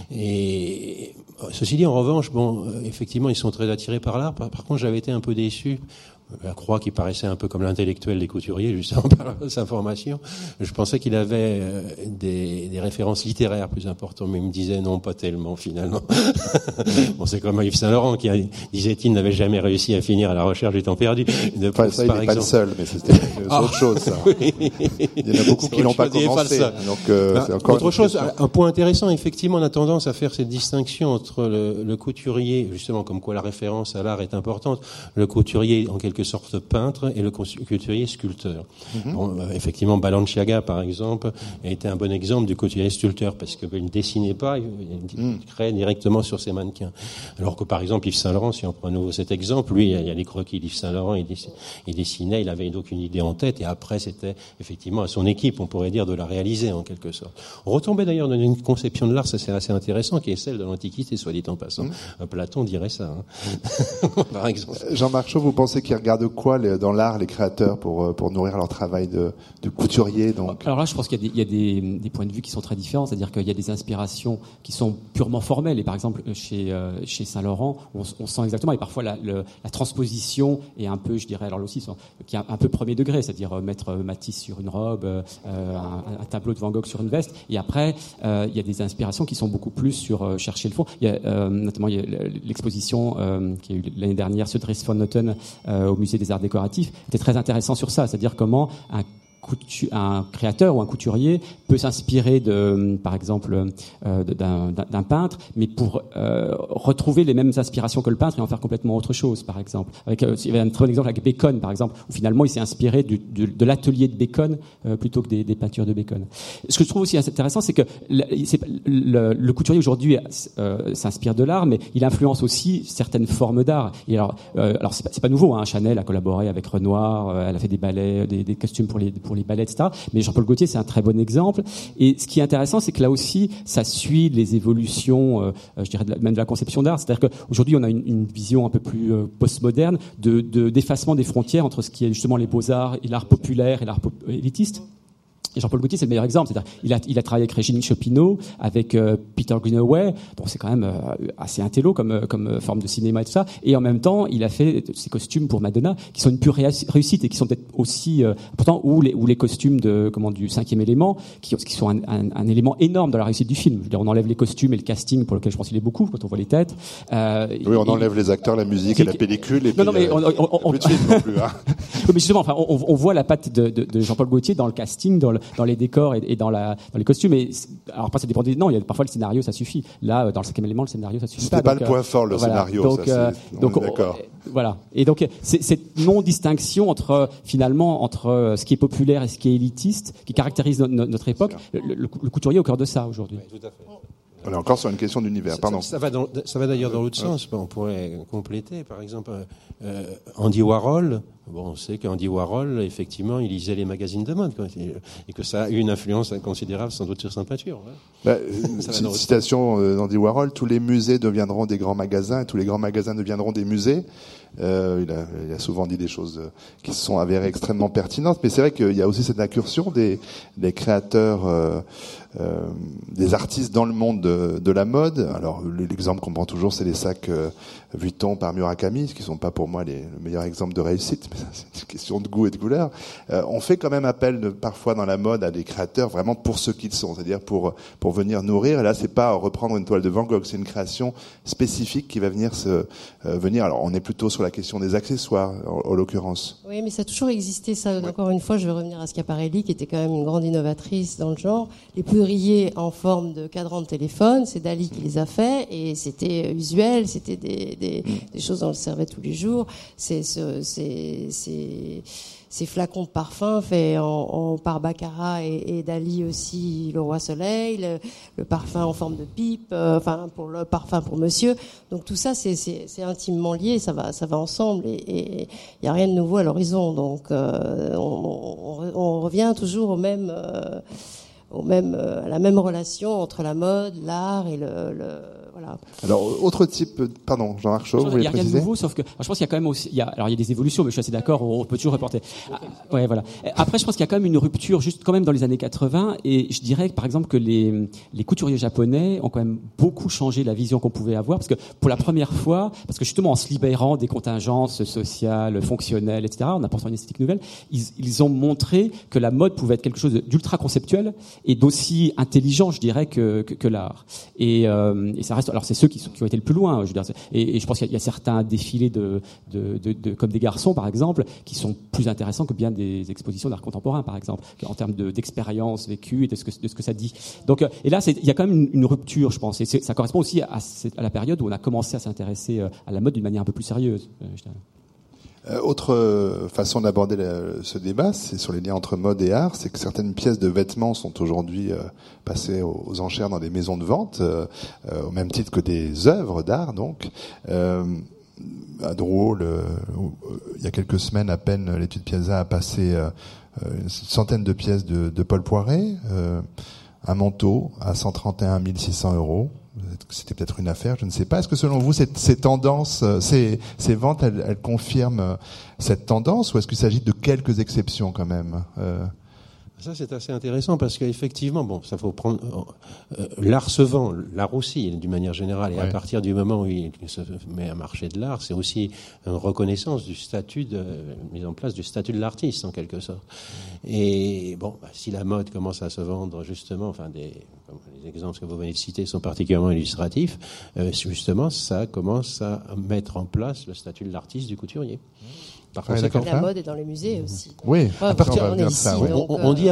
S4: Et ceci dit, en revanche, effectivement, ils sont très attirés par l'art. Par contre, j'avais été un peu déçu. Lacroix, qui paraissait un peu comme l'intellectuel des couturiers, justement, par sa formation. Je pensais qu'il avait des références littéraires plus importantes, mais il me disait non, pas tellement, finalement. Bon, c'est comme Yves Saint-Laurent, qui, disait-il, n'avait jamais réussi à finir à la recherche du temps perdu.
S1: Ça, il n'est pas le seul, mais c'était autre chose, ça. Oui. Il y en a beaucoup qui n'ont pas commencé. Donc, c'est encore
S4: autre chose, un point intéressant, effectivement, on a tendance à faire cette distinction entre le couturier, justement, comme quoi la référence à l'art est importante. Le couturier, en quelque quelque sorte peintre et le couturier sculpteur. Bon, effectivement, Balenciaga, par exemple, a été un bon exemple du couturier sculpteur parce qu'il ne dessinait pas, il créait directement sur ses mannequins. Alors que, par exemple, Yves Saint Laurent, si on prend à nouveau cet exemple, lui, il y a les croquis d'Yves Saint Laurent, il dessinait, il avait donc une idée en tête, et après, c'était effectivement à son équipe, on pourrait dire, de la réaliser en quelque sorte. On retombait d'ailleurs dans une conception de l'art, ça c'est assez intéressant, qui est celle de l'Antiquité, soit dit en passant. Platon dirait ça, par exemple.
S1: Jean-Marc Chaux, vous pensez qu'ils regardent quoi dans l'art, les créateurs, pour nourrir leur travail de couturier donc?
S3: Alors là, je pense qu'il y a des points de vue qui sont très différents, c'est-à-dire qu'il y a des inspirations qui sont purement formelles, et par exemple, chez Saint-Laurent, on sent exactement, et parfois la transposition est un peu, je dirais, alors là aussi, qui est un peu premier degré, c'est-à-dire mettre Matisse sur une robe, un tableau de Van Gogh sur une veste, et après, il y a des inspirations qui sont beaucoup plus sur chercher le fond. Il y a notamment l'exposition qui a eu l'année dernière, Dries van Noten, au Musée des Arts Décoratifs, était très intéressant sur ça, c'est-à-dire comment un créateur ou un couturier peut s'inspirer par exemple, d'un peintre, mais pour retrouver les mêmes inspirations que le peintre et en faire complètement autre chose, par exemple. Il y avait un très bon exemple avec Bacon, par exemple, où finalement il s'est inspiré de l'atelier de Bacon plutôt que des peintures de Bacon. Ce que je trouve aussi intéressant, c'est que le couturier aujourd'hui s'inspire de l'art, mais il influence aussi certaines formes d'art. Et alors c'est pas nouveau, hein. Chanel a collaboré avec Renoir, elle a fait des ballets, des costumes pour les ballets, etc. Mais Jean-Paul Gaultier, c'est un très bon exemple. Et ce qui est intéressant, c'est que là aussi, ça suit les évolutions, je dirais même de la conception d'art. C'est-à-dire qu'aujourd'hui, on a une vision un peu plus postmoderne d'effacement des frontières entre ce qui est justement les beaux-arts et l'art populaire et l'art élitiste. Et Jean-Paul Gaultier, c'est le meilleur exemple. C'est-à-dire, il a travaillé avec Régine Chopinot, avec Peter Greenaway. Bon, c'est quand même assez intello comme forme de cinéma et tout ça. Et en même temps, il a fait ses costumes pour Madonna, qui sont une pure réussite et qui sont peut-être aussi, pourtant, ou les costumes du Cinquième Élément, qui sont un élément énorme dans la réussite du film. Je veux dire, on enlève les costumes et le casting pour lequel je pense qu'il est beaucoup quand on voit les têtes.
S1: Oui, on enlève les acteurs, la musique et la pellicule. Et
S3: non, mais
S1: on plus de film non plus. Hein.
S3: Oui, mais justement, enfin, on voit la patte de Jean-Paul Gaultier dans le casting, dans les décors et dans les costumes. Et alors après, ça dépend non, il y a parfois le scénario, ça suffit. Là, dans le Cinquième Élément, le scénario, ça suffit.
S1: C'était pas le point fort, le scénario.
S3: Donc,
S1: ça, donc d'accord.
S3: Voilà. Et donc, cette non-distinction entre ce qui est populaire et ce qui est élitiste, qui caractérise notre époque, le couturier est au cœur de ça aujourd'hui.
S4: Oui, tout à fait.
S1: On est encore sur une question d'univers, pardon.
S4: Ça va d'ailleurs dans l'autre sens. On pourrait compléter, par exemple, Andy Warhol. Bon, on sait qu'Andy Warhol, effectivement, il lisait les magazines de mode, et que ça a eu une influence considérable, sans doute, sur sa peinture. Ouais.
S1: C'est une citation d'Andy Warhol. Tous les musées deviendront des grands magasins, et tous les grands magasins deviendront des musées. Il a souvent dit des choses qui se sont avérées extrêmement pertinentes, mais c'est vrai qu'il y a aussi cette incursion des créateurs, des artistes dans le monde de la mode. Alors l'exemple qu'on prend toujours, c'est les sacs Vuitton par Murakami, qui sont pas pour moi le meilleur exemple de réussite, mais c'est une question de goût et de couleur. On fait quand même appel parfois dans la mode à des créateurs vraiment pour ce qu'ils sont, c'est-à-dire pour venir nourrir. Et là, c'est pas reprendre une toile de Van Gogh, c'est une création spécifique qui va venir venir. Alors on est plutôt sur la question des accessoires, en l'occurrence.
S2: Oui, mais ça a toujours existé, ça. Ouais. Encore une fois, je vais revenir à Schiaparelli, qui était quand même une grande innovatrice dans le genre. Les poudriers en forme de cadran de téléphone, c'est Dali qui les a fait, et c'était usuel, c'était des choses dont on le servait tous les jours. Ces flacons de parfum faits par Baccarat et Dali aussi, le Roi Soleil, le parfum en forme de pipe, pour le parfum pour monsieur. Donc tout ça, c'est intimement lié, ça va ensemble, et il y a rien de nouveau à l'horizon. Donc on revient toujours à la même relation entre la mode, l'art et voilà.
S1: Alors, autre type, pardon, Jean-Marc Chaux, vous voulez préciser ?
S3: Il y a rien de nouveau, sauf que, je pense qu'il y a quand même aussi, il y a des évolutions, mais je suis assez d'accord, on peut toujours reporter. Ouais, voilà. Après, je pense qu'il y a quand même une rupture, juste quand même dans les années 80, et je dirais, par exemple, que les couturiers japonais ont quand même beaucoup changé la vision qu'on pouvait avoir, parce que pour la première fois, parce que justement, en se libérant des contingences sociales, fonctionnelles, etc., en apportant une esthétique nouvelle, ils ont montré que la mode pouvait être quelque chose d'ultra conceptuel et d'aussi intelligent, je dirais, que l'art. Et ça reste, alors c'est ceux qui ont été le plus loin, je veux dire, et je pense qu'il y a certains défilés comme des garçons, par exemple, qui sont plus intéressants que bien des expositions d'art contemporain, par exemple, en termes d'expérience vécue et de ce que ça dit. Donc, et là, il y a quand même une rupture, je pense, et ça correspond aussi à la période où on a commencé à s'intéresser à la mode d'une manière un peu plus sérieuse, je dirais.
S1: Autre façon d'aborder ce débat, c'est sur les liens entre mode et art, c'est que certaines pièces de vêtements sont aujourd'hui passées aux enchères dans des maisons de vente, au même titre que des œuvres d'art. Donc, à Drouot, il y a quelques semaines à peine, l'étude Piazza a passé une centaine de pièces de Paul Poiret, un manteau à 131 600 €. C'était peut-être une affaire, je ne sais pas. Est-ce que selon vous, ces tendances, ces ventes, elles confirment cette tendance, ou est-ce qu'il s'agit de quelques exceptions quand même?
S4: Ça, c'est assez intéressant parce qu'effectivement, bon, ça faut prendre. L'art se vend, l'art aussi, d'une manière générale. Et à partir du moment où il se met un marché de l'art, c'est aussi une reconnaissance du statut mise en place du statut de l'artiste, en quelque sorte. Et bon, si la mode commence à se vendre, justement, enfin, les exemples que vous venez de citer sont particulièrement illustratifs, justement, ça commence à mettre en place le statut de l'artiste, du couturier.
S2: Par conséquent, la mode est dans les musées aussi.
S1: Oui,
S4: à partir on dit,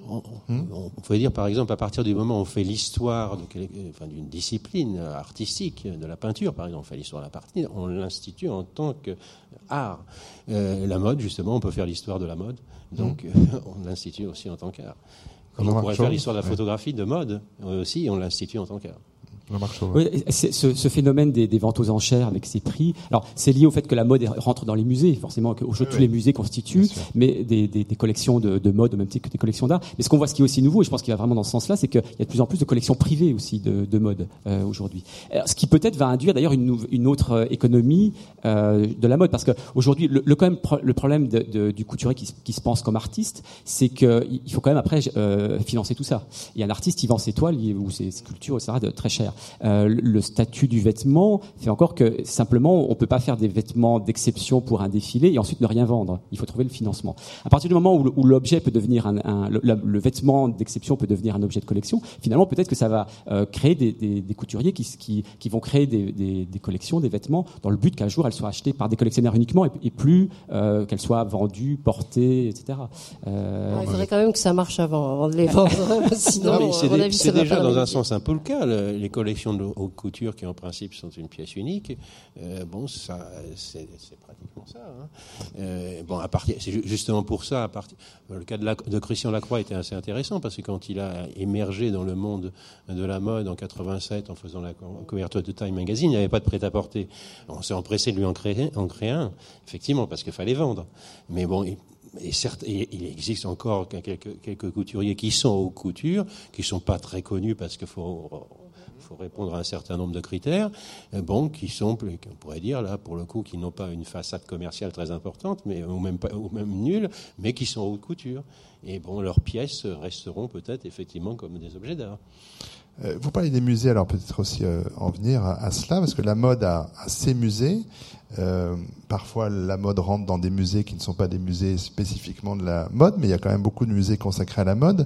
S4: on peut dire par exemple, à partir du moment où on fait l'histoire d'une discipline artistique, de la peinture par exemple, on fait l'histoire de la partie, on l'institue en tant qu'art. La mode, justement, on peut faire l'histoire de la mode, donc on l'institue aussi en tant qu'art. Comme on pourrait faire l'histoire de la photographie de mode aussi, on l'institue en tant qu'art.
S3: Oui, ce phénomène des ventes aux enchères avec ces prix, alors c'est lié au fait que la mode rentre dans les musées, forcément que tous les musées constituent, mais des collections de mode au même titre que des collections d'art. Mais ce qu'on voit, ce qui est aussi nouveau, et je pense qu'il va vraiment dans ce sens-là, c'est qu'il y a de plus en plus de collections privées aussi de mode aujourd'hui. Alors, ce qui peut-être va induire d'ailleurs une autre économie de la mode, parce que aujourd'hui le problème du couturier qui se pense comme artiste, c'est qu'il faut quand même après financer tout ça. Et un artiste, il vend ses toiles ou ses sculptures, etc., très cher. Le statut du vêtement fait encore que simplement on peut pas faire des vêtements d'exception pour un défilé et ensuite ne rien vendre. Il faut trouver le financement. À partir du moment où l'objet peut devenir le vêtement d'exception peut devenir un objet de collection, finalement peut-être que ça va créer des couturiers qui vont créer des collections, des vêtements dans le but qu'un jour elles soient achetées par des collectionneurs uniquement et plus qu'elles soient vendues, portées, etc.
S2: Il faudrait quand même que ça marche avant de les vendre. Sinon,
S4: c'est déjà dans un sens un peu le cas. Les collections de haute couture qui en principe sont une pièce unique, ça c'est pratiquement ça. À partir, c'est justement pour ça. Le cas de Christian Lacroix était assez intéressant parce que quand il a émergé dans le monde de la mode en 87 en faisant la couverture de Time Magazine, il n'y avait pas de prêt-à-porter. On s'est empressé de lui en créer un, effectivement, parce qu'il fallait vendre. Mais bon. Et certes, il existe encore quelques couturiers qui sont haute couture, qui sont pas très connus parce qu'il faut répondre à un certain nombre de critères, qui sont, on pourrait dire là pour le coup, qui n'ont pas une façade commerciale très importante, ou même nulle, mais qui sont haute couture. Et leurs pièces resteront peut-être effectivement comme des objets d'art.
S1: Vous parlez des musées, alors peut-être aussi en venir à cela, parce que la mode a ses musées. Parfois, la mode rentre dans des musées qui ne sont pas des musées spécifiquement de la mode, mais il y a quand même beaucoup de musées consacrés à la mode.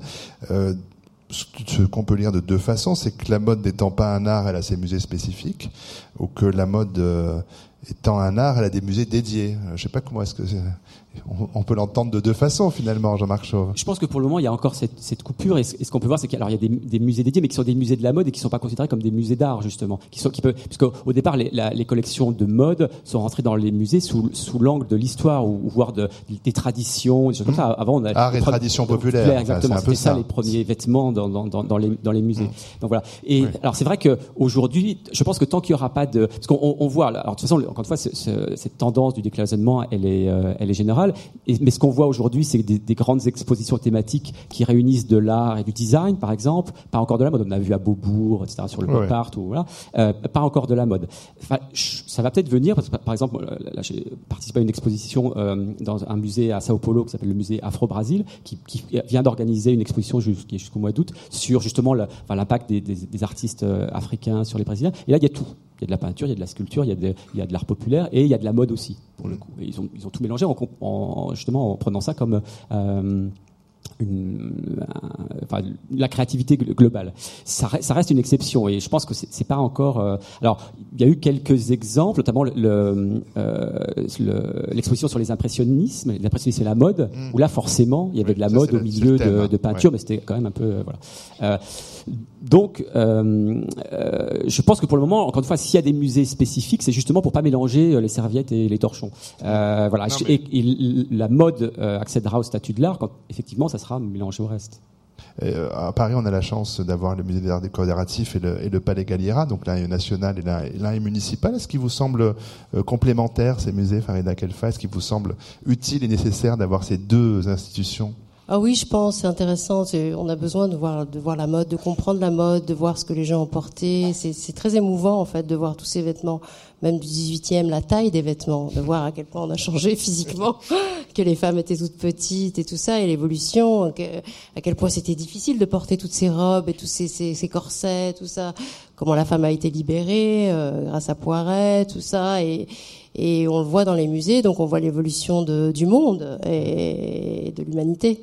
S1: Ce qu'on peut lire de deux façons, c'est que la mode n'étant pas un art, elle a ses musées spécifiques, ou que la mode étant un art, elle a des musées dédiés. Je ne sais pas comment est-ce que on peut l'entendre de deux façons finalement, Jean-Marc Chauve.
S3: Je pense que pour le moment, il y a encore cette coupure. Et ce qu'on peut voir, c'est qu'il y a des musées dédiés, mais qui sont des musées de la mode et qui ne sont pas considérés comme des musées d'art justement. Parce qu'au départ, les collections de mode sont rentrées dans les musées sous l'angle de l'histoire ou voire des traditions, des choses comme ça. Avant, on a
S1: art et tradition populaire.
S3: Exactement. C'était ça les premiers vêtements dans les musées. Donc voilà. Et alors c'est vrai que aujourd'hui, je pense que tant qu'il y aura pas parce qu'on voit là, alors de toute façon, encore une fois, cette tendance du décloisonnement, elle est générale. Mais ce qu'on voit aujourd'hui, c'est des grandes expositions thématiques qui réunissent de l'art et du design, par exemple, pas encore de la mode. On a vu à Beaubourg, etc., sur le pop art, ou voilà, pas encore de la mode. Enfin, ça va peut-être venir, parce que par exemple, là, j'ai participé à une exposition dans un musée à Sao Paulo qui s'appelle le musée Afro-Brésil, qui vient d'organiser une exposition jusqu'au mois d'août sur justement l'impact des artistes africains sur les Brésiliens. Et là, il y a tout. Il y a de la peinture, il y a de la sculpture, il y a de l'art populaire et il y a de la mode aussi, pour le coup. Et ils ont tout mélangé justement en prenant ça comme la créativité globale. Ça reste une exception et je pense que c'est pas encore. Alors, il y a eu quelques exemples, notamment l'exposition sur les impressionnismes et la mode, où là forcément il y avait de la mode au milieu de peinture, mais c'était quand même un peu voilà. Donc, je pense que pour le moment, encore une fois, s'il y a des musées spécifiques, c'est justement pour pas mélanger les serviettes et les torchons. Voilà. Et la mode accédera au statut de l'art quand effectivement ça sera mélangé au reste.
S1: À Paris, on a la chance d'avoir le musée des arts décoratifs et le Palais Galliera, donc l'un est national et l'un est municipal. Est-ce qu'il vous semble complémentaire, ces musées, Farida Khelfa? Est-ce qu'il vous semble utile et nécessaire d'avoir ces deux institutions?
S2: Ah oui, je pense, c'est intéressant. On a besoin de voir la mode, de comprendre la mode, de voir ce que les gens ont porté. C'est très émouvant, en fait, de voir tous ces vêtements, même du 18e, la taille des vêtements, de voir à quel point on a changé physiquement, que les femmes étaient toutes petites et tout ça, et l'évolution, à quel point c'était difficile de porter toutes ces robes et tous ces corsets, tout ça. Comment la femme a été libérée, grâce à Poiret, tout ça, et on le voit dans les musées, donc on voit l'évolution du monde et de l'humanité.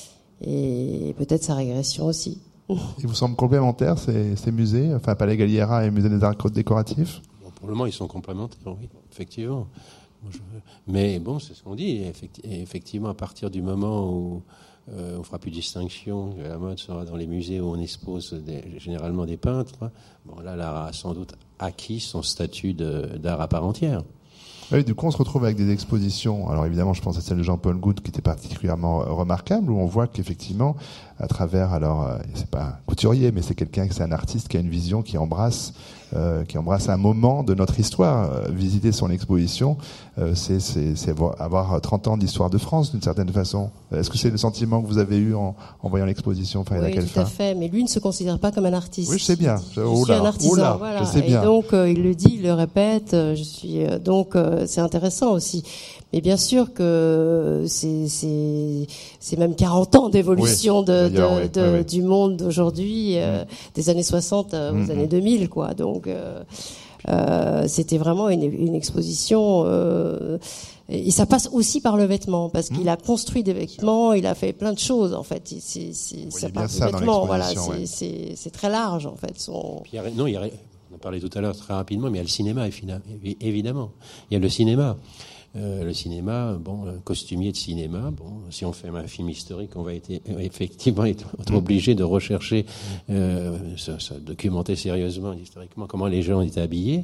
S2: Et peut-être sa régression aussi.
S1: Il vous semble complémentaire, ces musées, enfin Palais Galliera et Musée des arts décoratifs?
S4: Bon, pour le moment, ils sont complémentaires, oui, effectivement. Mais bon, c'est ce qu'on dit. Effectivement, à partir du moment où on fera plus de distinction, que la mode sera dans les musées où on expose généralement des peintres, bon là, l'art a sans doute acquis son statut d'art à part entière.
S1: Oui, du coup, on se retrouve avec des expositions. Alors évidemment, je pense à celle de Jean-Paul Goutte qui était particulièrement remarquable, où on voit qu'effectivement, à travers, alors, c'est pas un couturier, mais c'est un artiste qui a une vision qui embrasse un moment de notre histoire. Visiter son exposition, c'est avoir 30 ans d'histoire de France, d'une certaine façon. Est-ce que c'est le sentiment que vous avez eu en voyant l'exposition, Farida Khelfa?
S2: Oui, tout à fait. Mais lui ne se considère pas comme un artiste.
S1: Oui, je sais bien.
S2: Je suis un artisan, voilà.
S1: Je sais bien.
S2: Et donc, il le dit, il le répète. C'est intéressant aussi. Mais bien sûr que c'est même 40 ans d'évolution du monde d'aujourd'hui, des années 60 aux années 2000, quoi. Donc, c'était vraiment une exposition. Et ça passe aussi par le vêtement, parce qu'il a construit des vêtements, il a fait plein de choses, en fait. Ça passe par le vêtement, voilà. C'est très large, en fait.
S4: On en parlait tout à l'heure très rapidement, mais il y a le cinéma, évidemment. Il y a le cinéma. Le cinéma, costumier de cinéma, si on fait un film historique, on va effectivement être obligé de rechercher, documenter sérieusement, historiquement, comment les gens étaient habillés.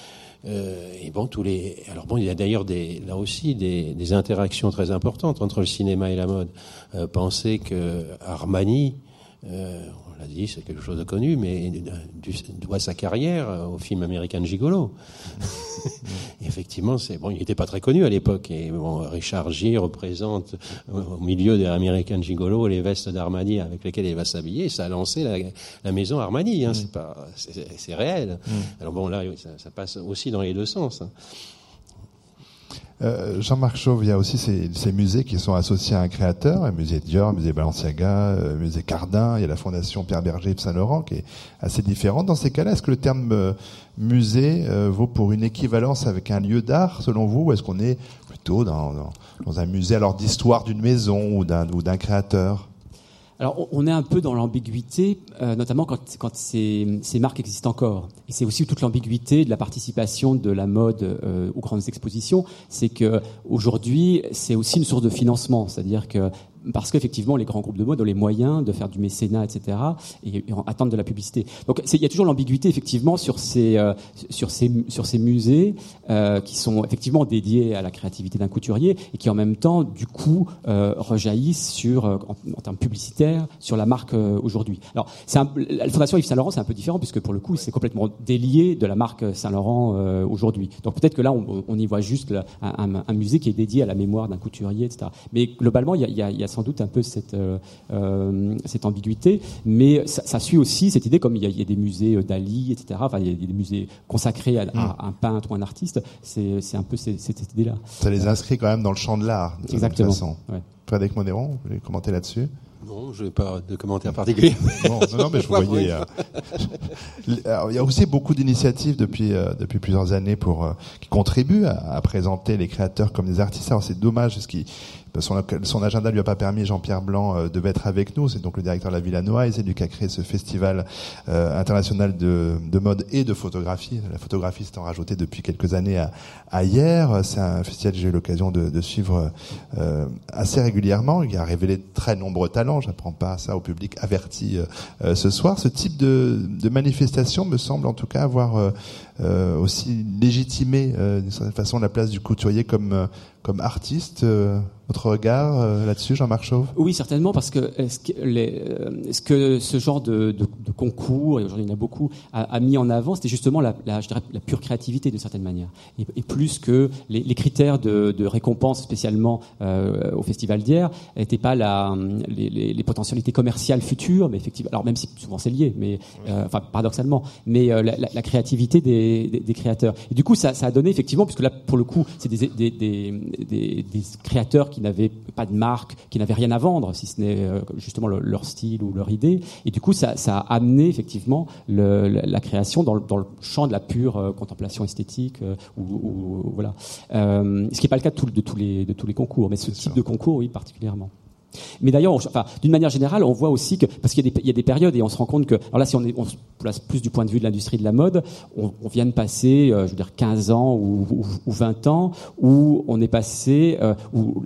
S4: Il y a d'ailleurs là aussi des interactions très importantes entre le cinéma et la mode. Pensez que Armani, on l'a dit, c'est quelque chose de connu, mais doit sa carrière au film American Gigolo. Effectivement, il n'était pas très connu à l'époque. Et Richard Gere représente au milieu des American Gigolo les vestes d'Armani avec lesquelles il va s'habiller. Ça a lancé la maison Armani. C'est réel. Alors là, ça passe aussi dans les deux sens.
S1: Jean-Marc Chauve, il y a aussi ces musées qui sont associés à un créateur, un musée Dior, un musée Balenciaga, un musée Cardin, il y a la fondation Pierre Berger de Saint-Laurent qui est assez différente. Dans ces cas-là, est-ce que le terme musée vaut pour une équivalence avec un lieu d'art, selon vous, ou est-ce qu'on est plutôt dans un musée d'histoire d'une maison ou d'un créateur?
S3: Alors, on est un peu dans l'ambiguïté, notamment quand ces marques existent encore. Et c'est aussi toute l'ambiguïté de la participation de la mode aux grandes expositions. C'est que aujourd'hui, c'est aussi une source de financement. C'est-à-dire que parce qu'effectivement, les grands groupes de mode ont les moyens de faire du mécénat, etc., et attendre de la publicité. Donc, il y a toujours l'ambiguïté, effectivement, sur ces musées qui sont effectivement dédiés à la créativité d'un couturier et qui, en même temps, du coup, rejaillissent en termes publicitaires sur la marque aujourd'hui. Alors, la Fondation Yves Saint Laurent, c'est un peu différent puisque pour le coup, c'est complètement délié de la marque Saint Laurent aujourd'hui. Donc, peut-être que là, on y voit juste un musée qui est dédié à la mémoire d'un couturier, etc. Mais globalement, il y a sans doute un peu cette ambiguïté, mais ça suit aussi cette idée, comme il y a des musées Dali, etc. Enfin, il y a des musées consacrés à un peintre ou un artiste. C'est un peu cette idée-là.
S1: Ça les inscrit quand même dans le champ de l'art.
S3: Exactement.
S1: De toute façon. Ouais. Frédéric Monneron, vous voulez commenter là-dessus?
S4: Non, je n'ai pas de commentaire particulier.
S1: Non, mais je vous voyais. Il y a aussi beaucoup d'initiatives depuis plusieurs années qui contribuent à présenter les créateurs comme des artistes. Alors c'est dommage, son agenda lui a pas permis. Jean-Pierre Blanc devait être avec nous. C'est donc le directeur de la Villa Noailles, qui a créé ce festival international de mode et de photographie. La photographie s'est rajoutée depuis quelques années à hier. C'est un festival que j'ai eu l'occasion de suivre assez régulièrement. Il a révélé de très nombreux talents. évident, j'apprends pas ça au public averti ce soir. Ce type de manifestation me semble en tout cas avoir aussi légitimé d'une certaine façon la place du couturier comme artiste. Votre regard là-dessus, Jean-Marc Chauve ?
S3: Oui, certainement, parce que ce que ce genre de concours, et aujourd'hui il y en a beaucoup, a mis en avant, c'était justement je dirais, la pure créativité d'une certaine manière, et plus que les critères de récompense, spécialement au Festival d'hier, n'étaient pas les potentialités commerciales futures, mais effectivement, alors même si souvent c'est lié, mais enfin paradoxalement, mais la créativité des créateurs. Et du coup, ça a donné effectivement, puisque là pour le coup, c'est des créateurs qui n'avaient pas de marque, qui n'avaient rien à vendre, si ce n'est justement leur style ou leur idée. Et du coup, ça a amené effectivement la création dans le champ de la pure contemplation esthétique, voilà. Ce qui n'est pas le cas de tous les concours, mais ce type de concours, oui, particulièrement. Mais d'ailleurs, d'une manière générale, on voit aussi que, parce qu'il y a des périodes et on se rend compte que, alors là, si on se place plus du point de vue de l'industrie de la mode, on vient de passer, 15 ans ou 20 ans, où on est passé, où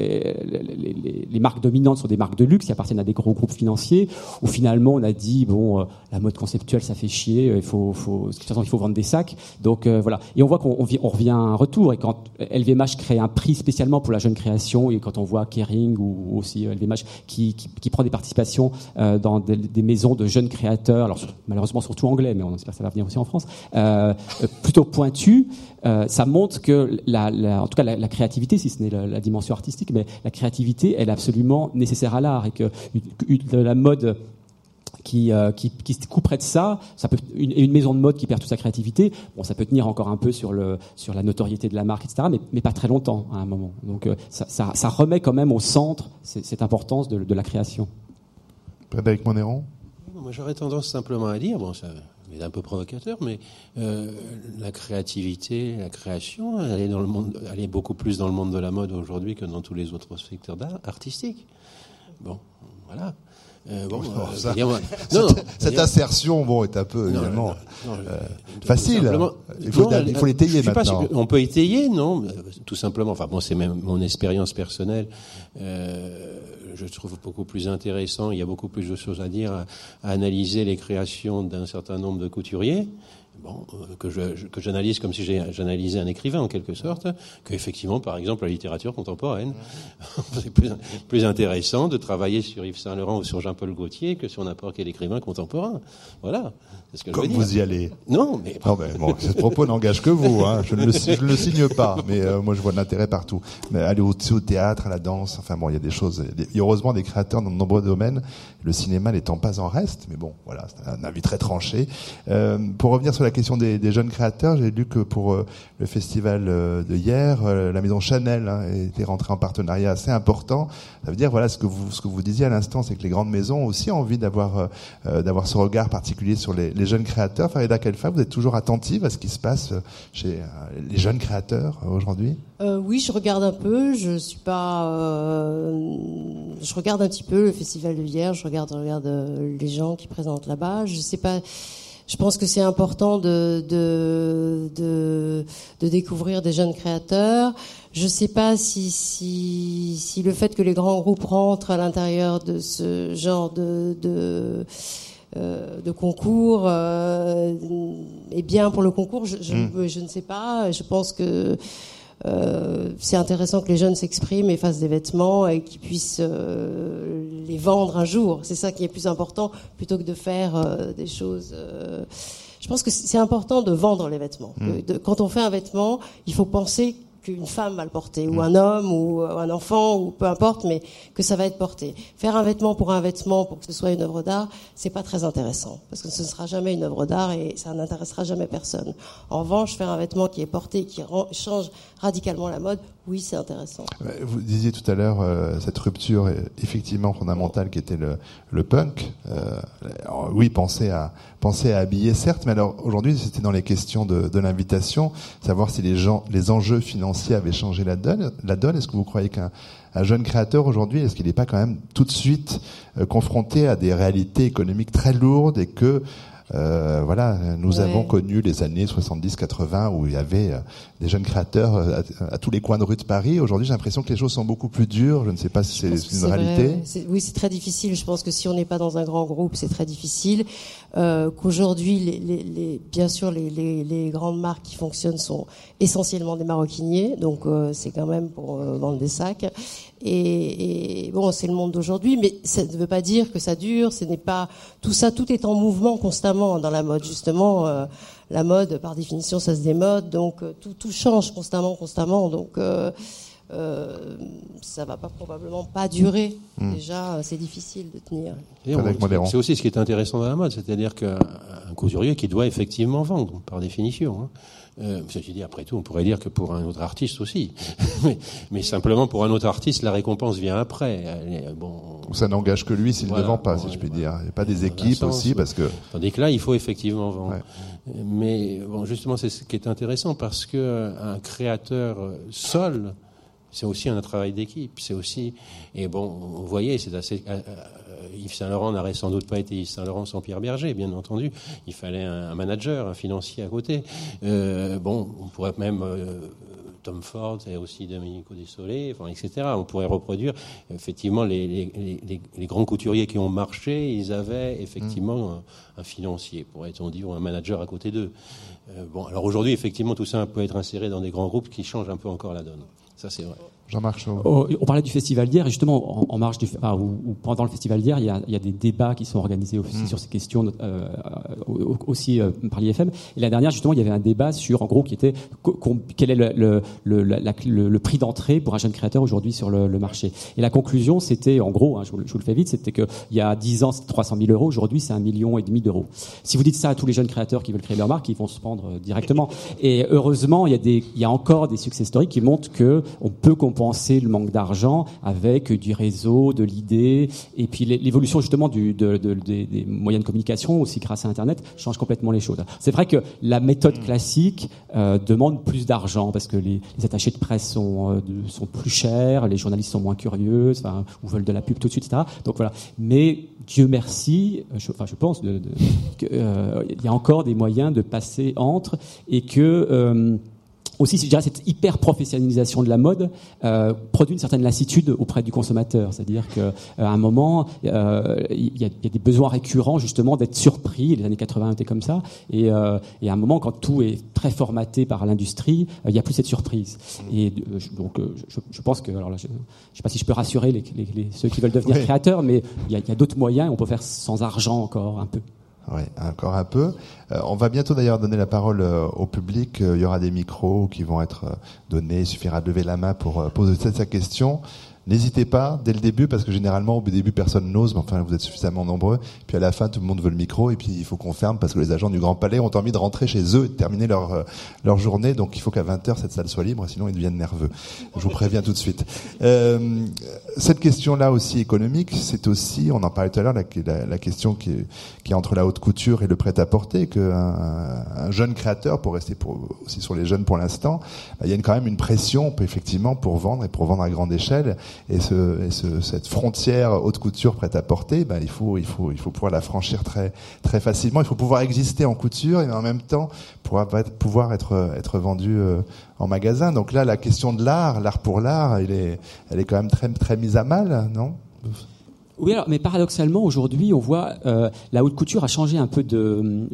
S3: les marques dominantes sont des marques de luxe qui appartiennent à des gros groupes financiers, où finalement on a dit, la mode conceptuelle, ça fait chier, de toute façon, il faut vendre des sacs. Donc voilà. Et on voit qu'on revient à un retour. Et quand LVMH crée un prix spécialement pour la jeune création, et quand on voit Kering ou aussi LVMH qui prend des participations dans des maisons de jeunes créateurs, alors malheureusement surtout anglais, mais on espère que ça va venir aussi en France, plutôt pointus, ça montre que en tout cas la créativité, si ce n'est la dimension artistique, mais la créativité, elle est absolument nécessaire à l'art, et que la mode qui se couperait de ça peut une maison de mode qui perd toute sa créativité, ça peut tenir encore un peu sur la notoriété de la marque, etc., mais pas très longtemps à un moment. Donc ça remet quand même au centre cette importance de la création.
S1: Frédéric Monneron ?
S4: Moi, j'aurais tendance simplement à dire, ça est un peu provocateur, mais la créativité, la création, elle est beaucoup plus dans le monde de la mode aujourd'hui que dans tous les autres secteurs artistiques. Bon, voilà.
S1: Cette assertion, est un peu évidemment facile. Il faut l'étayer maintenant.
S4: On peut étayer, non, tout simplement. Enfin c'est même mon expérience personnelle. Je trouve beaucoup plus intéressant. Il y a beaucoup plus de choses à dire, à analyser les créations d'un certain nombre de couturiers. Que j'analyse comme si j'analysais un écrivain en quelque sorte, qu'effectivement, par exemple, la littérature contemporaine. C'est plus intéressant de travailler sur Yves Saint-Laurent ou sur Jean-Paul Gaultier que sur n'importe quel écrivain contemporain. Voilà. C'est ce que
S1: comme
S4: je veux dire.
S1: Vous y allez.
S4: Non, mais
S1: ce propos n'engage que vous. Je ne le signe pas, mais moi je vois de l'intérêt partout. Mais aller au théâtre, à la danse, il y a des choses. Il y a heureusement des créateurs dans de nombreux domaines. Le cinéma n'étant pas en reste, mais voilà, c'est un avis très tranché. Pour revenir sur la question des jeunes créateurs, j'ai lu que pour le festival de hier, la maison Chanel était rentrée en partenariat assez important. Ça veut dire, voilà, ce que vous disiez à l'instant, c'est que les grandes maisons ont aussi envie d'avoir ce regard particulier sur les jeunes créateurs. Farida Khelfa, vous êtes toujours attentive à ce qui se passe chez les jeunes créateurs aujourd'hui ?
S2: Oui, je regarde un peu. Je suis pas. Je regarde un petit peu le festival de hier. Je regarde les gens qui présentent là-bas. Je sais pas. Je pense que c'est important de découvrir des jeunes créateurs. Je sais pas si le fait que les grands groupes rentrent à l'intérieur de ce genre de concours est bien pour le concours. Je ne sais pas. Je pense que c'est intéressant que les jeunes s'expriment et fassent des vêtements et qu'ils puissent les vendre un jour. C'est ça qui est plus important plutôt que de faire des choses. Je pense que c'est important de vendre les vêtements. Quand on fait un vêtement, il faut penser qu'une femme va le porter, ou un homme, ou un enfant, ou peu importe, mais que ça va être porté. Faire un vêtement pour que ce soit une œuvre d'art, c'est pas très intéressant, parce que ce ne sera jamais une œuvre d'art et ça n'intéressera jamais personne. En revanche, faire un vêtement qui est porté, qui change radicalement la mode, oui, c'est intéressant.
S1: Vous disiez tout à l'heure cette rupture effectivement fondamentale qui était le punk. Alors, oui, pensez à habiller, certes, mais alors aujourd'hui, c'était dans les questions de l'invitation, savoir si les enjeux financiers avaient changé la donne. Est-ce que vous croyez qu'un jeune créateur aujourd'hui, est-ce qu'il n'est pas quand même tout de suite confronté à des réalités économiques très lourdes et que Voilà, nous avons connu les années 70-80 où il y avait des jeunes créateurs à tous les coins de rue de Paris. Aujourd'hui, j'ai l'impression que les choses sont beaucoup plus dures. Je ne sais pas si c'est une réalité.
S2: Oui, c'est très difficile. Je pense que si on n'est pas dans un grand groupe, c'est très difficile. Qu'aujourd'hui, bien sûr, les grandes marques qui fonctionnent sont essentiellement des maroquiniers, donc c'est quand même pour vendre des sacs. Et bon, c'est le monde d'aujourd'hui, mais ça ne veut pas dire que ça dure. Ce n'est pas tout ça. Tout est en mouvement constamment dans la mode. Justement, la mode, par définition, ça se démode, donc tout change constamment. Donc ça va probablement pas durer. Déjà, c'est difficile de tenir.
S4: C'est aussi ce qui est intéressant dans la mode, c'est-à-dire qu'un couturier qui doit effectivement vendre, par définition. Ceci dit, après tout, on pourrait dire que pour un autre artiste aussi. mais simplement, pour un autre artiste, la récompense vient après.
S1: Ça n'engage que lui s'il ne vend pas, si je puis dire. Il n'y a pas des équipes aussi, parce que...
S4: Tandis que là, il faut effectivement vendre. Ouais. Mais justement, c'est ce qui est intéressant, parce que un créateur seul, c'est aussi un travail d'équipe. C'est aussi... Et vous voyez, c'est assez... Yves Saint Laurent n'aurait sans doute pas été Yves Saint Laurent sans Pierre Berger, bien entendu. Il fallait un manager, un financier à côté. On pourrait même Tom Ford et aussi Domenico Desolé, etc. On pourrait reproduire effectivement les grands couturiers qui ont marché. Ils avaient effectivement un financier, pourrait-on dire, ou un manager à côté d'eux. Alors aujourd'hui, effectivement, tout ça peut être inséré dans des grands groupes qui changent un peu encore la donne. Ça, c'est vrai.
S1: Jean-Marc Chaud.
S3: On parlait du festival d'hier, et justement, en marge ou pendant le festival d'hier, il y a des débats qui sont organisés aussi sur ces questions, aussi par l'IFM. Et la dernière, justement, il y avait un débat sur, en gros, qui était quel est le prix d'entrée pour un jeune créateur aujourd'hui sur le marché. Et la conclusion, c'était, en gros, je vous le fais vite, c'était qu'il y a 10 ans, c'était 300 000 euros. Aujourd'hui, c'est 1,5 million d'euros. Si vous dites ça à tous les jeunes créateurs qui veulent créer leur marque, ils vont se prendre directement. Et heureusement, il y a encore des success stories qui montrent que on peut compenser le manque d'argent avec du réseau, de l'idée, et puis l'évolution justement des moyens de communication aussi grâce à Internet change complètement les choses. C'est vrai que la méthode classique demande plus d'argent parce que les attachés de presse sont plus chers, les journalistes sont moins curieux, ou veulent de la pub tout de suite, etc. Donc voilà. Mais Dieu merci, je pense qu'il y a encore des moyens de passer entre, et que aussi, je dirais, cette hyper professionnalisation de la mode produit une certaine lassitude auprès du consommateur. C'est-à-dire qu'à un moment, il y a des besoins récurrents justement d'être surpris. Les années 80 étaient comme ça. Et à un moment, quand tout est très formaté par l'industrie, il n'y a plus cette surprise. Et donc, je pense que, alors là, je ne sais pas si je peux rassurer ceux qui veulent devenir créateurs, mais il y a d'autres moyens. On peut faire sans argent encore un peu.
S1: Oui, encore un peu. On va bientôt d'ailleurs donner la parole au public. Il y aura des micros qui vont être donnés. Il suffira de lever la main pour poser sa question. N'hésitez pas dès le début, parce que généralement au début personne n'ose, mais enfin vous êtes suffisamment nombreux. Puis à la fin tout le monde veut le micro, et puis il faut qu'on ferme parce que les agents du Grand Palais ont envie de rentrer chez eux et de terminer leur journée. Donc il faut qu'à 20h cette salle soit libre, sinon ils deviennent nerveux. Je vous préviens tout de suite. Cette question-là aussi économique, c'est aussi, on en parlait tout à l'heure, la question qui est entre la haute couture et le prêt-à-porter, qu'un jeune créateur, pour rester aussi sur les jeunes pour l'instant, il y a quand même une pression effectivement pour vendre à grande échelle. Et cette frontière haute couture prêt-à-porter, il faut pouvoir la franchir très très facilement. Il faut pouvoir exister en couture et en même temps pouvoir être vendu en magasin. Donc là, la question de l'art pour l'art, elle est quand même très très mise à mal, non ?
S3: Oui, alors, mais paradoxalement, aujourd'hui, on voit la haute couture a changé un peu de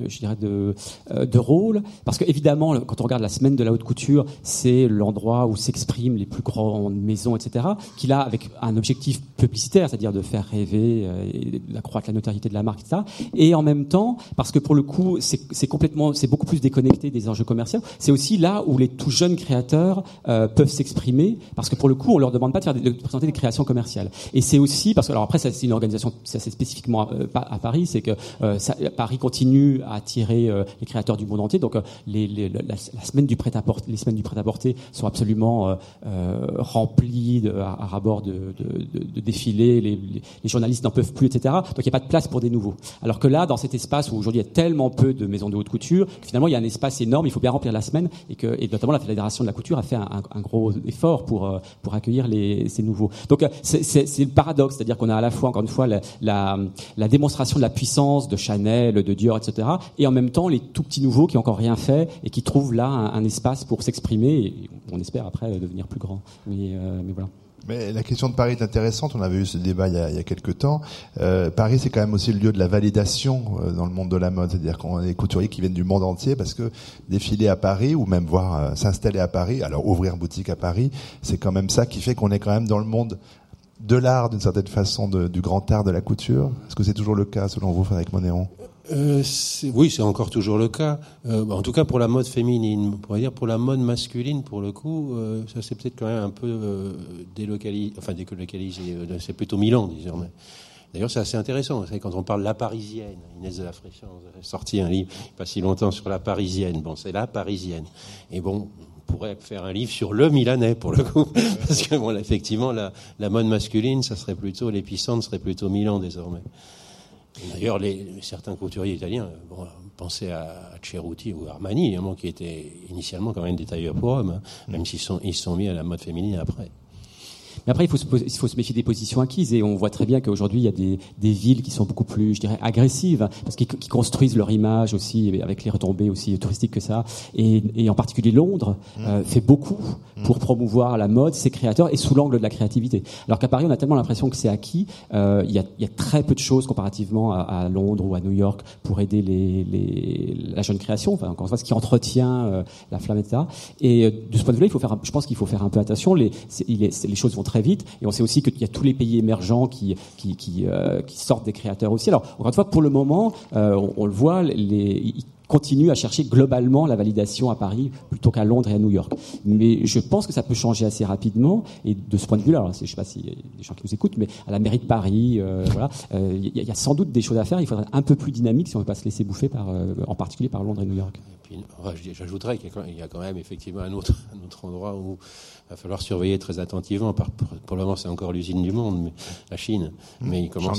S3: rôle, parce que évidemment, quand on regarde la semaine de la haute couture, c'est l'endroit où s'expriment les plus grandes maisons, etc., qui a avec un objectif publicitaire, c'est-à-dire de faire rêver, et d'accroître la notoriété de la marque, etc. Et en même temps, parce que pour le coup, c'est beaucoup plus déconnecté des enjeux commerciaux. C'est aussi là où les tout jeunes créateurs peuvent s'exprimer, parce que pour le coup, on leur demande pas de présenter des créations commerciales. Et c'est aussi parce que, alors après, c'est une organisation, c'est spécifiquement à Paris, c'est que Paris continue à attirer les créateurs du monde entier. Donc la semaine du prêt-à-porter, les semaines du prêt-à-porter sont absolument remplies à rabord de défilés. Les journalistes n'en peuvent plus, etc. Donc il n'y a pas de place pour des nouveaux. Alors que là, dans cet espace où aujourd'hui il y a tellement peu de maisons de haute couture, finalement il y a un espace énorme. Il faut bien remplir la semaine, et notamment la Fédération de la couture a fait un gros effort pour accueillir ces nouveaux. Donc c'est le paradoxe, c'est-à-dire qu'on a à la fois fois, encore une fois, la démonstration de la puissance de Chanel, de Dior, etc. Et en même temps, les tout petits nouveaux qui n'ont encore rien fait et qui trouvent là un espace pour s'exprimer. Et on espère après devenir plus grand. Mais voilà.
S1: Mais la question de Paris est intéressante. On avait eu ce débat il y a quelques temps. Paris, c'est quand même aussi le lieu de la validation dans le monde de la mode. C'est-à-dire qu'on a des couturiers qui viennent du monde entier parce que défiler à Paris ou même voir s'installer à Paris, alors ouvrir boutique à Paris, c'est quand même ça qui fait qu'on est quand même dans le monde de l'art, d'une certaine façon, du grand art de la couture. Est-ce que c'est toujours le cas, selon vous, Frédéric Monéron ?
S4: Oui, c'est encore toujours le cas. En tout cas, pour la mode féminine, on pourrait dire pour la mode masculine, pour le coup, ça c'est peut-être quand même un peu délocalisé. C'est plutôt Milan, désormais. D'ailleurs, c'est assez intéressant. Vous savez, quand on parle de la Parisienne, Inès de la Fréchance a sorti un livre il n'y a pas si longtemps sur la Parisienne. Bon, c'est la Parisienne. Et bon, on pourrait faire un livre sur le Milanais, pour le coup. Parce que, bon, là, effectivement, la mode masculine, ça serait plutôt, l'épicentre serait plutôt Milan, désormais. D'ailleurs, certains couturiers italiens, pensez à Ceruti ou Armani, évidemment, qui étaient initialement quand même des tailleurs pour hommes, même s'ils se sont mis à la mode féminine après.
S3: Mais après, il faut se méfier des positions acquises, et on voit très bien qu'aujourd'hui, il y a des villes qui sont beaucoup plus, je dirais, agressives, parce qu'ils construisent leur image aussi, avec les retombées aussi touristiques que ça. Et en particulier Londres fait beaucoup pour promouvoir la mode, ses créateurs, et sous l'angle de la créativité. Alors qu'à Paris, on a tellement l'impression que c'est acquis. Il y a très peu de choses comparativement à Londres ou à New York pour aider la jeune création, enfin, encore une fois, ce qui entretient la flamme, etc. Et de ce point de vue-là, je pense qu'il faut faire un peu attention. Les choses vont très vite, et on sait aussi qu'il y a tous les pays émergents qui sortent des créateurs aussi. Alors, encore une fois, pour le moment, on le voit, ils continuent à chercher globalement la validation à Paris plutôt qu'à Londres et à New York. Mais je pense que ça peut changer assez rapidement, et de ce point de vue-là, alors, je ne sais pas s'il y a des gens qui nous écoutent, mais à la mairie de Paris, il y a sans doute des choses à faire. Il faudrait un peu plus dynamique si on ne veut pas se laisser bouffer en particulier par Londres et New York.
S4: Et puis, j'ajouterais qu'il y a quand même effectivement un autre endroit où il va falloir surveiller très attentivement. Pour le moment, c'est encore l'usine du monde, mais la Chine. Mais il commence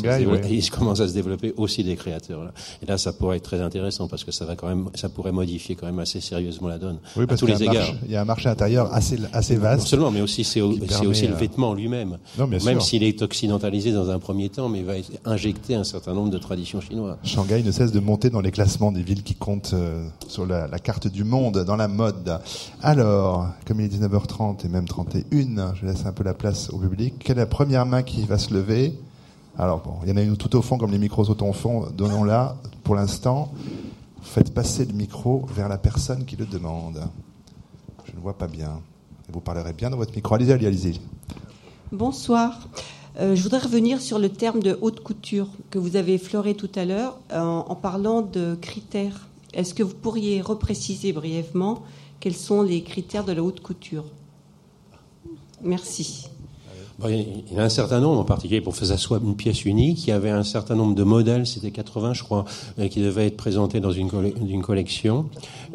S4: à se développer aussi des créateurs. Là. Et là, ça pourrait être très intéressant parce que ça pourrait modifier quand même assez sérieusement la donne.
S1: Oui, parce
S4: à tous les égards.
S1: Il y a un marché intérieur assez vaste.
S4: Non seulement, mais aussi c'est aussi le vêtement lui-même. Même s'il est occidentalisé dans un premier temps, mais il va injecter un certain nombre de traditions chinoises.
S1: Shanghai ne cesse de monter dans les classements des villes qui comptent sur la carte du monde, dans la mode. Alors, comme il est 19h30 et même 31, je laisse un peu la place au public. Quelle est la première main qui va se lever ? Alors, bon, il y en a une tout au fond, comme les micros sont au fond. Donnons-la pour l'instant. Faites passer le micro vers la personne qui le demande. Je ne vois pas bien. Vous parlerez bien dans votre micro. Allez-y.
S5: Bonsoir. Je voudrais revenir sur le terme de haute couture que vous avez effleuré tout à l'heure en parlant de critères. Est-ce que vous pourriez repréciser brièvement quels sont les critères de la haute couture ? Merci.
S4: Il y en a un certain nombre, en particulier pour faire ça soit une pièce unique. Il y avait un certain nombre de modèles, c'était 80 je crois, qui devaient être présentés dans une collection.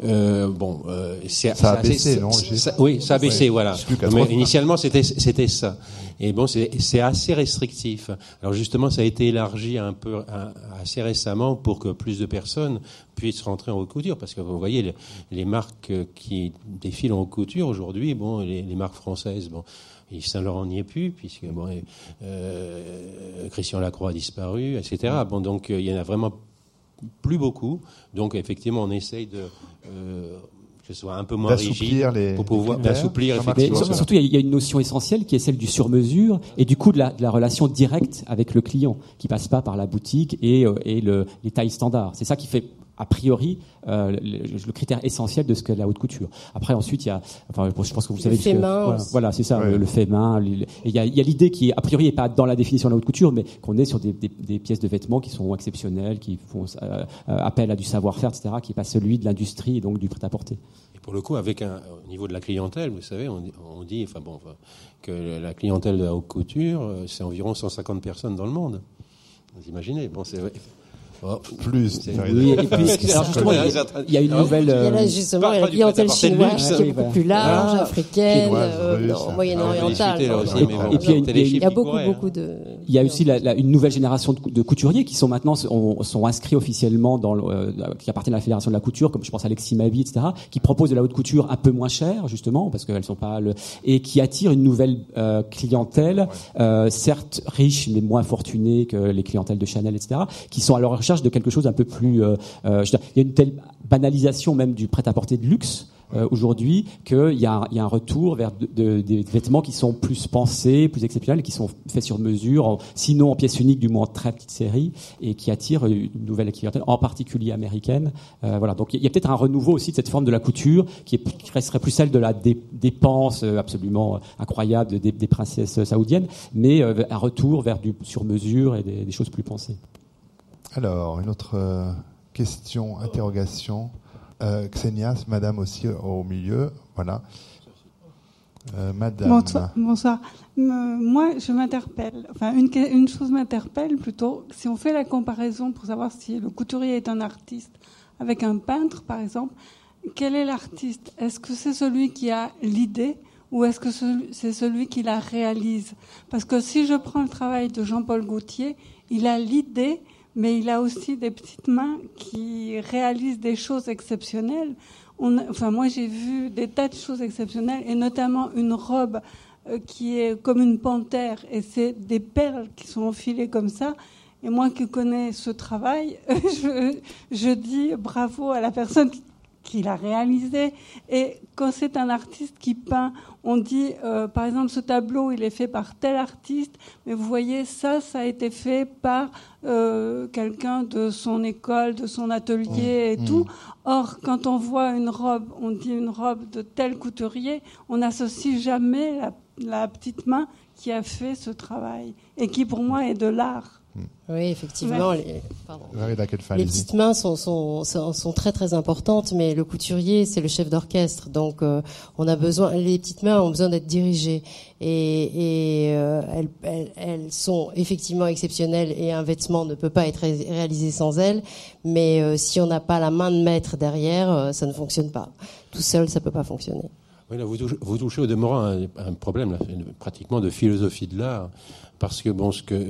S1: Ça a baissé, non ?
S4: Oui, ça a baissé, voilà. Mais initialement, c'était ça. Et bon, c'est assez restrictif. Alors justement, ça a été élargi assez récemment pour que plus de personnes puissent rentrer en haute couture, parce que vous voyez les marques qui défilent en haute couture aujourd'hui, les marques françaises, Yves Saint Laurent n'y est plus, puisque Christian Lacroix a disparu, etc. Donc il y en a vraiment plus beaucoup. Donc effectivement, on essaye de que ce soit un peu moins rigide pour pouvoir d'assouplir.
S3: Surtout, il y a une notion essentielle qui est celle du sur-mesure et du coup de la relation directe avec le client, qui passe pas par la boutique et les tailles standards. C'est ça qui fait a priori le critère essentiel de ce qu'est la haute couture. Après, ensuite, il y a, je pense que vous savez,
S2: le fait main.
S3: Voilà, c'est ça, le fait main. Il y a l'idée qui, a priori, n'est pas dans la définition de la haute couture, mais qu'on est sur des pièces de vêtements qui sont exceptionnelles, qui font appel à du savoir-faire, etc., qui n'est pas celui de l'industrie et donc du prêt-à-porter.
S4: Et pour le coup, au niveau de la clientèle, vous savez, on dit, que la clientèle de la haute couture, c'est environ 150 personnes dans le monde. Vous imaginez,
S1: Plus.
S3: Oui, et puis, alors justement, il y a une nouvelle.
S2: Il y a là, justement, il y a la clientèle chinoise qui est beaucoup plus large, africaine, moyen-orientale.
S3: Et puis il y a
S2: beaucoup de.
S3: Il y a aussi une nouvelle génération de couturiers qui sont maintenant sont inscrits officiellement qui appartiennent à la Fédération de la couture, comme je pense Alexis Mabi, etc., qui proposent de la haute couture un peu moins chère, justement, parce qu'elles sont pas et qui attirent une nouvelle clientèle, certes riche mais moins fortunée que les clientèles de Chanel, etc., qui sont à leur recherche de quelque chose un peu plus. Il y a une telle banalisation même du prêt-à-porter de luxe. Aujourd'hui, qu'il y a un retour vers des vêtements qui sont plus pensés, plus exceptionnels, qui sont faits sur mesure, sinon en pièces uniques, du moins en très petite série, et qui attirent une nouvelle clientèle, en particulier américaine. Voilà. Donc il y a peut-être un renouveau aussi de cette forme de la couture, qui resterait plus celle de la dépense absolument incroyable des princesses saoudiennes, mais un retour vers du sur mesure et des choses plus pensées.
S1: Alors, une autre question, interrogation. Xenia, madame aussi au milieu, voilà. Madame.
S6: Bonsoir. Moi, je m'interpelle. Enfin, une chose m'interpelle plutôt. Si on fait la comparaison pour savoir si le couturier est un artiste avec un peintre, par exemple, quel est l'artiste ? Est-ce que c'est celui qui a l'idée ou est-ce que c'est celui qui la réalise ? Parce que si je prends le travail de Jean-Paul Gaultier, il a l'idée, mais il a aussi des petites mains qui réalisent des choses exceptionnelles. Moi, j'ai vu des tas de choses exceptionnelles, et notamment une robe qui est comme une panthère, et c'est des perles qui sont enfilées comme ça. Et moi qui connais ce travail, je dis bravo à la personne qui l'a réalisé. Et quand c'est un artiste qui peint, on dit, par exemple, ce tableau, il est fait par tel artiste, mais vous voyez, ça a été fait par quelqu'un de son école, de son atelier et tout. Or, quand on voit une robe, on dit une robe de tel couturier, on n'associe jamais la petite main qui a fait ce travail et qui, pour moi, est de l'art.
S2: Oui, effectivement.
S6: Ouais.
S2: Les petites mains sont très très importantes, mais le couturier, c'est le chef d'orchestre. Donc, les petites mains ont besoin d'être dirigées. Et elles sont effectivement exceptionnelles, et un vêtement ne peut pas être réalisé sans elles. Mais si on n'a pas la main de maître derrière, ça ne fonctionne pas. Tout seul, ça peut pas fonctionner.
S4: Oui, là, vous touchez au demeurant un problème là, pratiquement de philosophie de l'art, parce que ce que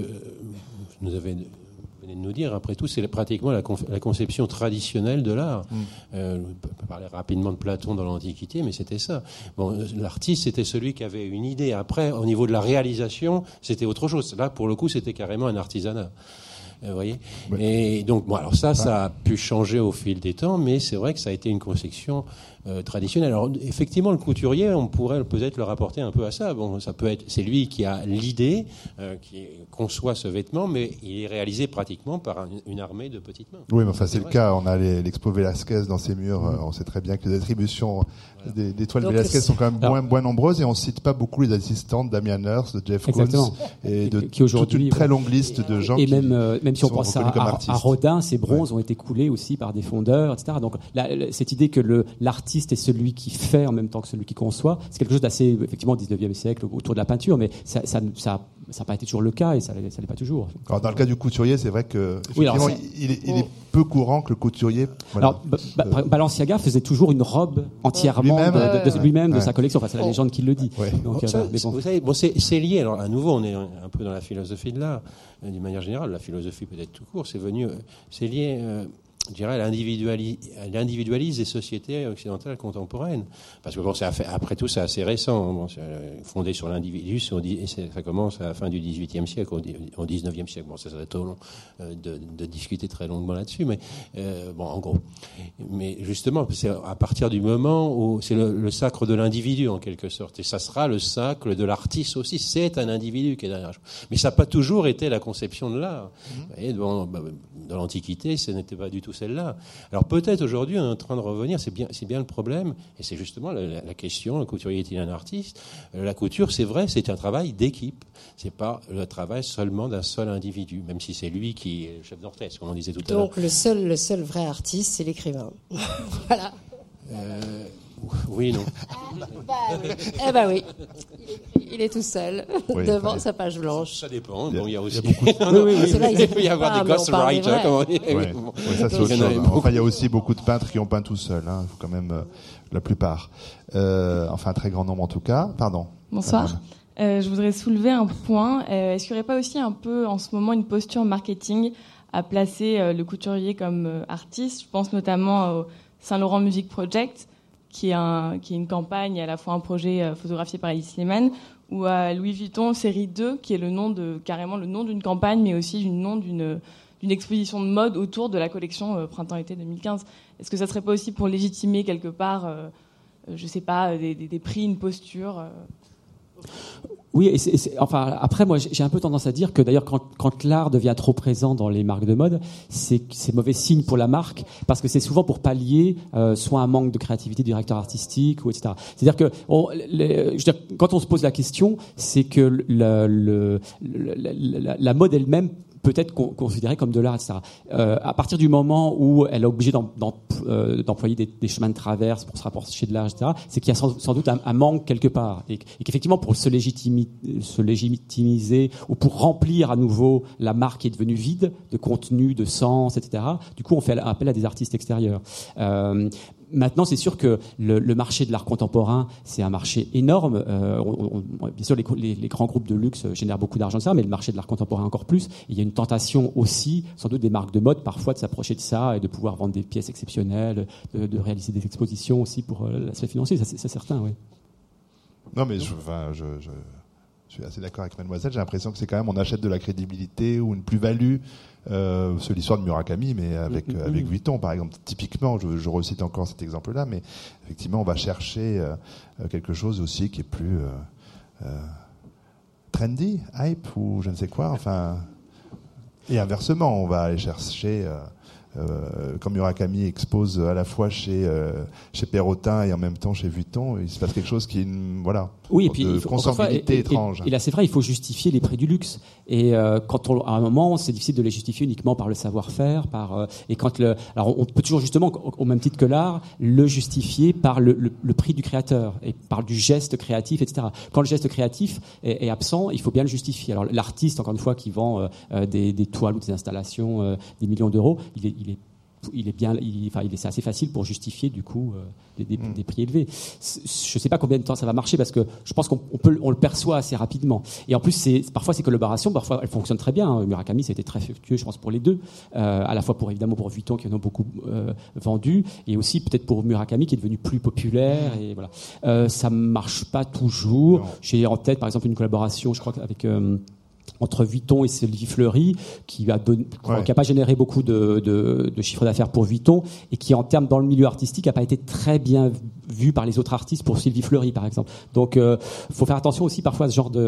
S4: vous venez de nous dire, après tout, c'est pratiquement la conception traditionnelle de l'art. On peut parler rapidement de Platon dans l'Antiquité, mais c'était ça. L'artiste, c'était celui qui avait une idée. Après, au niveau de la réalisation, c'était autre chose. Là, pour le coup, c'était carrément un artisanat. Vous voyez. Oui. Et donc, alors ça a pu changer au fil des temps, mais c'est vrai que ça a été une conception traditionnelle. Alors, effectivement, le couturier, on pourrait peut-être le rapporter un peu à ça. Ça peut être, c'est lui qui a l'idée, qui conçoit ce vêtement, mais il est réalisé pratiquement par une armée de petites mains.
S1: Oui, mais enfin, c'est le cas. On a l'expo Velázquez dans ses murs. On sait très bien que les attributions des toiles Velázquez sont quand même moins nombreuses, et on cite pas beaucoup les assistantes d'Amian Hirst, de Jeff Koons, et de toute une très longue liste de gens.
S3: Et même si on pense à Rodin, ces bronzes ont été coulés aussi par des fondeurs, etc. Donc cette idée que l'artiste est celui qui fait en même temps que celui qui conçoit, c'est quelque chose d'assez, effectivement, au 19e siècle, autour de la peinture, mais ça n'a pas été toujours le cas, et ça l'est pas toujours.
S1: Alors, dans le cas du couturier, c'est vrai que effectivement, il est peu courant que le couturier. Voilà,
S3: alors, Balenciaga faisait toujours une robe entièrement de lui-même, de sa collection. Enfin, c'est la légende qui le dit. Ouais. Donc,
S4: vous savez, c'est lié. Alors, à nouveau, on est un peu dans la philosophie de l'art, d'une manière générale. La philosophie peut-être tout court. C'est lié. Je dirais, elle individualise les sociétés occidentales contemporaines. Parce que après tout, c'est assez récent. Fondé sur l'individu, ça commence à la fin du XVIIIe siècle, au XIXe siècle. Ça serait trop long de discuter très longuement là-dessus, mais en gros. Mais justement, c'est à partir du moment où c'est le sacre de l'individu, en quelque sorte. Et ça sera le sacre de l'artiste aussi. C'est un individu qui est derrière. Mais ça n'a pas toujours été la conception de l'art. Vous voyez, dans l'Antiquité, ce n'était pas du tout celle-là. Alors peut-être aujourd'hui, on est en train de revenir, c'est bien le problème, et c'est justement la question, le couturier est-il un artiste ? La couture, c'est vrai, c'est un travail d'équipe. C'est pas le travail seulement d'un seul individu, même si c'est lui qui est le chef d'orchestre, comme on disait tout à l'heure.
S2: Donc le seul vrai artiste, c'est l'écrivain. Voilà.
S4: Oui, non.
S2: Oui. Eh ben oui. Il est tout seul devant sa page blanche.
S4: Ça dépend. Bon, il y a aussi.
S1: beaucoup
S4: Il peut y avoir des ghostwriters, comme on dit.
S1: Ça, c'est autre chose. Enfin, il y a aussi beaucoup de peintres qui ont peint tout seuls. Hein. Il faut quand même la plupart. Enfin, un très grand nombre en tout cas. Pardon.
S7: Bonsoir. Je voudrais soulever un point. Est-ce qu'il n'y aurait pas aussi un peu en ce moment une posture marketing à placer le couturier comme artiste? Je pense notamment au Saint-Laurent Music Project, qui est une campagne, à la fois un projet photographié par Alice Lehmann, ou à Louis Vuitton série 2, qui est carrément le nom d'une campagne, mais aussi le nom d'une exposition de mode autour de la collection printemps-été 2015. Est-ce que ça serait pas aussi pour légitimer quelque part, je sais pas, des prix, une posture
S3: Oui, enfin, après, moi, j'ai un peu tendance à dire que d'ailleurs, quand l'art devient trop présent dans les marques de mode, c'est mauvais signe pour la marque, parce que c'est souvent pour pallier soit un manque de créativité du directeur artistique, ou etc. C'est-à-dire que, quand on se pose la question, c'est que la mode elle-même peut être considérée comme de l'art, etc. À partir du moment où elle est obligée d'employer des chemins de traverse pour se rapprocher de l'art, etc., c'est qu'il y a sans doute un manque quelque part. Et qu'effectivement, pour se légitimiser ou pour remplir à nouveau la marque qui est devenue vide de contenu, de sens, etc., du coup, on fait appel à des artistes extérieurs. Maintenant, c'est sûr que le marché de l'art contemporain, c'est un marché énorme. Bien sûr, les grands groupes de luxe génèrent beaucoup d'argent de ça, mais le marché de l'art contemporain encore plus. Et il y a une tentation aussi, sans doute des marques de mode, parfois de s'approcher de ça et de pouvoir vendre des pièces exceptionnelles, de réaliser des expositions aussi pour l'aspect financier. Ça, c'est certain, oui.
S1: Non, mais je suis assez d'accord avec mademoiselle. J'ai l'impression que c'est quand même, on achète de la crédibilité ou une plus-value. C'est l'histoire de Murakami, mais avec Vuitton, par exemple. Typiquement, je recite encore cet exemple-là, mais effectivement, on va chercher quelque chose aussi qui est plus trendy, hype, ou je ne sais quoi. Enfin, et inversement, on va aller chercher... quand Murakami expose à la fois chez Perrotin et en même temps chez Vuitton, il se passe quelque chose qui est une
S3: et puis
S1: de consanguinité étrange.
S3: Et là, c'est vrai, il faut justifier les prix du luxe. Et à un moment, c'est difficile de les justifier uniquement par le savoir-faire, alors on peut toujours justement, au même titre que l'art, le justifier par le prix du créateur et par du geste créatif, etc. Quand le geste créatif est absent, il faut bien le justifier. Alors l'artiste, encore une fois, qui vend des toiles ou des installations, des millions d'euros, c'est assez facile pour justifier du coup des prix élevés. Je ne sais pas combien de temps ça va marcher, parce que je pense qu'on le perçoit assez rapidement. Et en plus, parfois ces collaborations, parfois elles fonctionnent très bien. Murakami, ça a été très fructueux, je pense, pour les deux, à la fois évidemment pour Vuitton qui en ont beaucoup vendu, et aussi peut-être pour Murakami qui est devenu plus populaire. Et voilà, ça marche pas toujours. Non. J'ai en tête par exemple une collaboration, je crois, avec entre Vuitton et Sylvie Fleury, qui a pas généré beaucoup de chiffre d'affaires pour Vuitton, et qui, en termes dans le milieu artistique, a pas été très bien vu par les autres artistes pour Sylvie Fleury, par exemple. Donc, faut faire attention aussi parfois à ce genre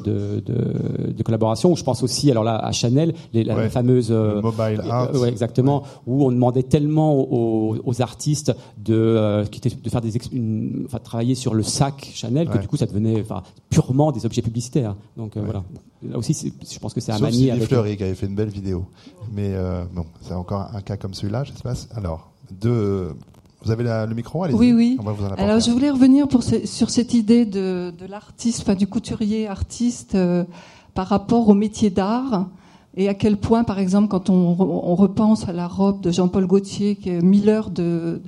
S3: de collaboration. Je pense aussi, alors là, à Chanel, la fameuse
S1: mobile art.
S3: Exactement, où on demandait tellement aux artistes de faire travailler sur le sac Chanel, que du coup, ça devenait purement des objets publicitaires. Donc voilà. Là aussi, je pense que c'est à manier.
S1: Sauf Sylvie Fleury qui avait fait une belle vidéo. Mais bon, c'est encore un cas comme celui-là, je sais pas. Alors, vous avez le micro, allez-y.
S8: Oui.
S1: On va vous en apporter.
S8: Alors, je voulais revenir sur cette idée de l'artiste, du couturier artiste par rapport au métier d'art, et à quel point, par exemple, quand on repense à la robe de Jean-Paul Gaultier, qui est 1000 heures de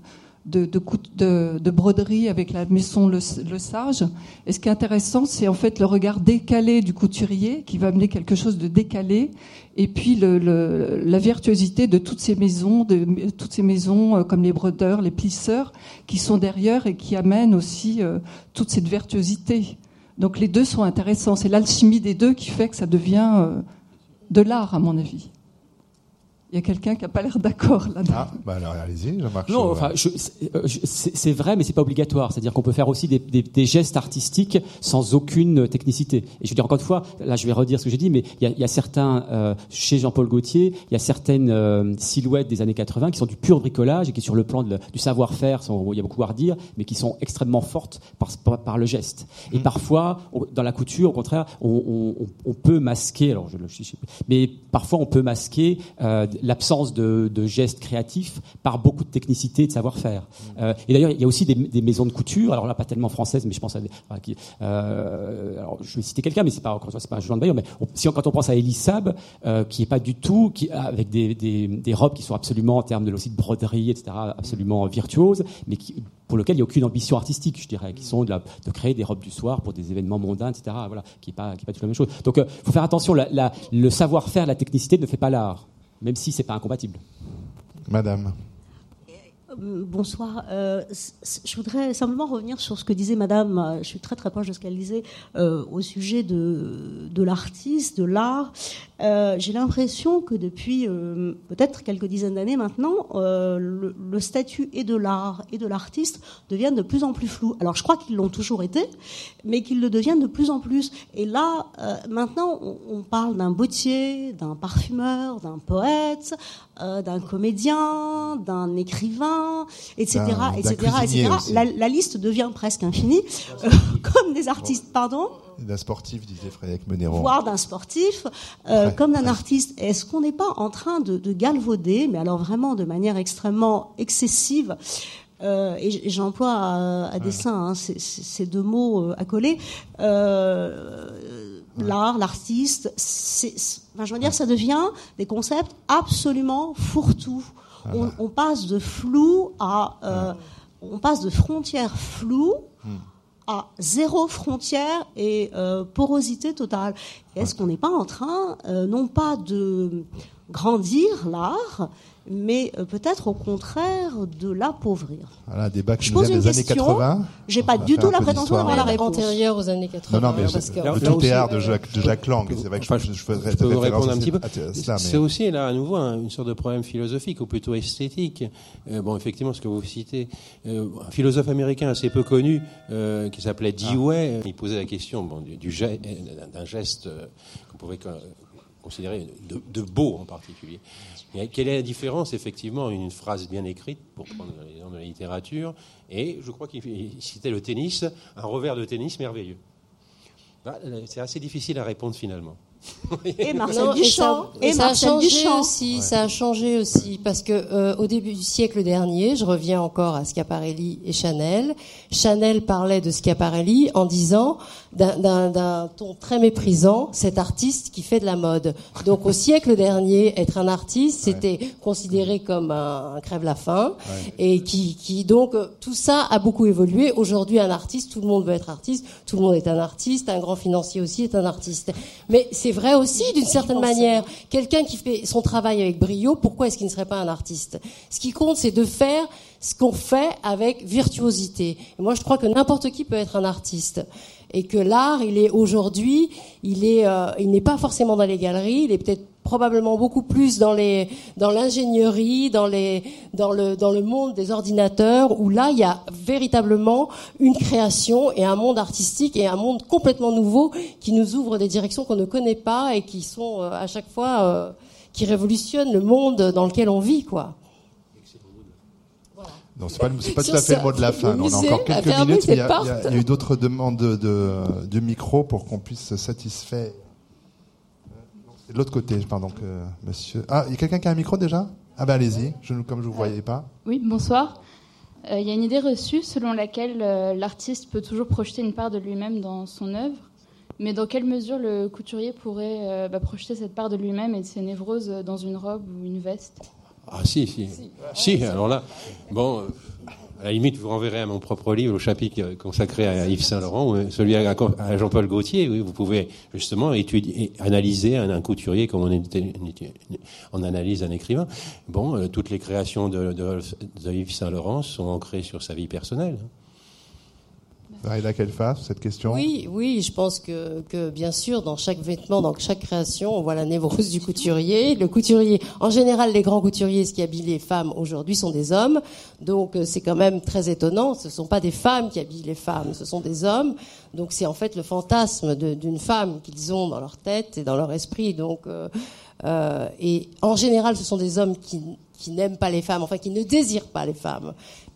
S8: broderie avec la maison Le Sage. Et ce qui est intéressant, c'est en fait le regard décalé du couturier qui va amener quelque chose de décalé, et puis la virtuosité de toutes ces maisons, comme les brodeurs, les plisseurs, qui sont derrière et qui amènent aussi toute cette virtuosité. Donc les deux sont intéressants. C'est l'alchimie des deux qui fait que ça devient de l'art, à mon avis. Il y a quelqu'un qui n'a pas l'air d'accord là-dedans.
S1: Alors allez-y, Jean-Marc.
S3: Non, c'est vrai, mais c'est pas obligatoire. C'est-à-dire qu'on peut faire aussi des gestes artistiques sans aucune technicité. Et je veux dire, encore une fois, là, je vais redire ce que j'ai dit, mais il y a certains, chez Jean-Paul Gaultier, il y a certaines silhouettes des années 80 qui sont du pur bricolage et qui, sur le plan du savoir-faire, il y a beaucoup à redire, mais qui sont extrêmement fortes par le geste. Et parfois, dans la couture, au contraire, on peut masquer, mais parfois on peut masquer l'absence de gestes créatifs par beaucoup de technicité et de savoir-faire. Et d'ailleurs, il y a aussi des maisons de couture, alors là pas tellement françaises, mais je pense à alors je vais citer quelqu'un, mais c'est pas un jugement de valeur, mais quand on pense à Elie Saab, qui est pas du tout, avec des robes qui sont absolument, en termes de aussi de broderie, etc., absolument virtuoses, mais pour lequel il n'y a aucune ambition artistique, je dirais, qui sont de créer des robes du soir pour des événements mondains, etc., voilà, qui est pas du tout la même chose. Donc, faut faire attention, le savoir-faire, la technicité ne fait pas l'art, même si c'est pas incompatible.
S1: Madame.
S9: Bonsoir. Je voudrais simplement revenir sur ce que disait Madame. Je suis très très proche de ce qu'elle disait au sujet de l'artiste, de l'art. J'ai l'impression que depuis peut-être quelques dizaines d'années maintenant, le statut et de l'art et de l'artiste deviennent de plus en plus flous. Alors je crois qu'ils l'ont toujours été, mais qu'ils le deviennent de plus en plus. Et là, maintenant, on parle d'un bottier, d'un parfumeur, d'un poète, d'un comédien, d'un écrivain, etc., etc. La liste devient presque infinie, comme des artistes, pardon.
S1: D'un sportif, disait Frédéric Monneron.
S9: Voire d'un sportif, comme d'un artiste. Est-ce qu'on n'est pas en train de galvauder, mais alors vraiment de manière extrêmement excessive, et j'emploie à dessein ces deux mots accolés, l'art, l'artiste, je veux dire, ça devient des concepts absolument fourre-tout. On passe de flou à... on passe de frontières floues à zéro frontière et porosité totale. Est-ce qu'on n'est pas en train, non pas de grandir l'art, mais peut-être au contraire de l'appauvrir?
S1: Voilà, un débat qui nous vient des années 80.
S9: J'ai pas du tout la prétention d'avoir la réponse.
S2: Antérieure aux années 80.
S1: Non, mais le tout est art de Jacques Lang. C'est vrai que je faisais
S4: peux vous répondre un petit peu.
S1: Cela, mais...
S4: C'est aussi là à nouveau une sorte de problème philosophique ou plutôt esthétique. Effectivement, ce que vous citez, un philosophe américain assez peu connu qui s'appelait Dewey, il posait la question d'un geste qu'on pouvait considérer de beau en particulier. Quelle est la différence, effectivement, une phrase bien écrite, pour prendre l'exemple de la littérature, et je crois qu'il citait le tennis, un revers de tennis merveilleux. C'est assez difficile à répondre finalement.
S9: Et Marcel Duchamp.
S2: Ça a changé aussi, parce que au début du siècle dernier, je reviens encore à Schiaparelli et Chanel. Chanel parlait de Schiaparelli en disant d'un ton très méprisant, cet artiste qui fait de la mode. Donc au siècle dernier, être un artiste, c'était considéré comme un crève-la-faim, et qui donc tout ça a beaucoup évolué. Aujourd'hui, un artiste, tout le monde veut être artiste, tout le monde est un artiste, un grand financier aussi est un artiste. Mais c'est vrai aussi, d'une certaine manière. Quelqu'un qui fait son travail avec brio, pourquoi est-ce qu'il ne serait pas un artiste? Ce qui compte, c'est de faire ce qu'on fait avec virtuosité. Et moi, je crois que n'importe qui peut être un artiste. Et que l'art, il est aujourd'hui, il n'est pas forcément dans les galeries, il est peut-être probablement beaucoup plus dans l'ingénierie, dans le monde des ordinateurs, où là, il y a véritablement une création et un monde artistique et un monde complètement nouveau qui nous ouvre des directions qu'on ne connaît pas et qui sont à chaque fois, qui révolutionnent le monde dans lequel on vit, quoi.
S1: Non, c'est pas tout à fait le mot de la fin. On a encore quelques minutes, mais il y a eu d'autres demandes de micro pour qu'on puisse se satisfaire. C'est de l'autre côté, pardon, monsieur. Ah, il y a quelqu'un qui a un micro déjà? Ah ben allez-y, comme je vous voyais pas.
S10: Oui, bonsoir. Il y a une idée reçue selon laquelle l'artiste peut toujours projeter une part de lui-même dans son œuvre, mais dans quelle mesure le couturier pourrait projeter cette part de lui-même et de ses névroses dans une robe ou une veste?
S4: Ah si, alors là, à la limite, vous renverrez à mon propre livre, au chapitre consacré à Yves Saint-Laurent, ou celui à Jean-Paul Gaultier. Oui, vous pouvez justement étudier, analyser un couturier comme on analyse un écrivain. Toutes les créations de Yves Saint-Laurent sont ancrées sur sa vie personnelle.
S1: Raïda Kelfa, cette question.
S2: Oui, je pense que bien sûr, dans chaque vêtement, dans chaque création, on voit la névrose du couturier. Le couturier, en général, les grands couturiers, ce qui habillent les femmes aujourd'hui, sont des hommes. Donc, c'est quand même très étonnant. Ce ne sont pas des femmes qui habillent les femmes, ce sont des hommes. Donc, c'est en fait le fantasme d'une femme qu'ils ont dans leur tête et dans leur esprit. Donc, et en général, ce sont des hommes qui n'aiment pas les femmes, enfin, qui ne désirent pas les femmes.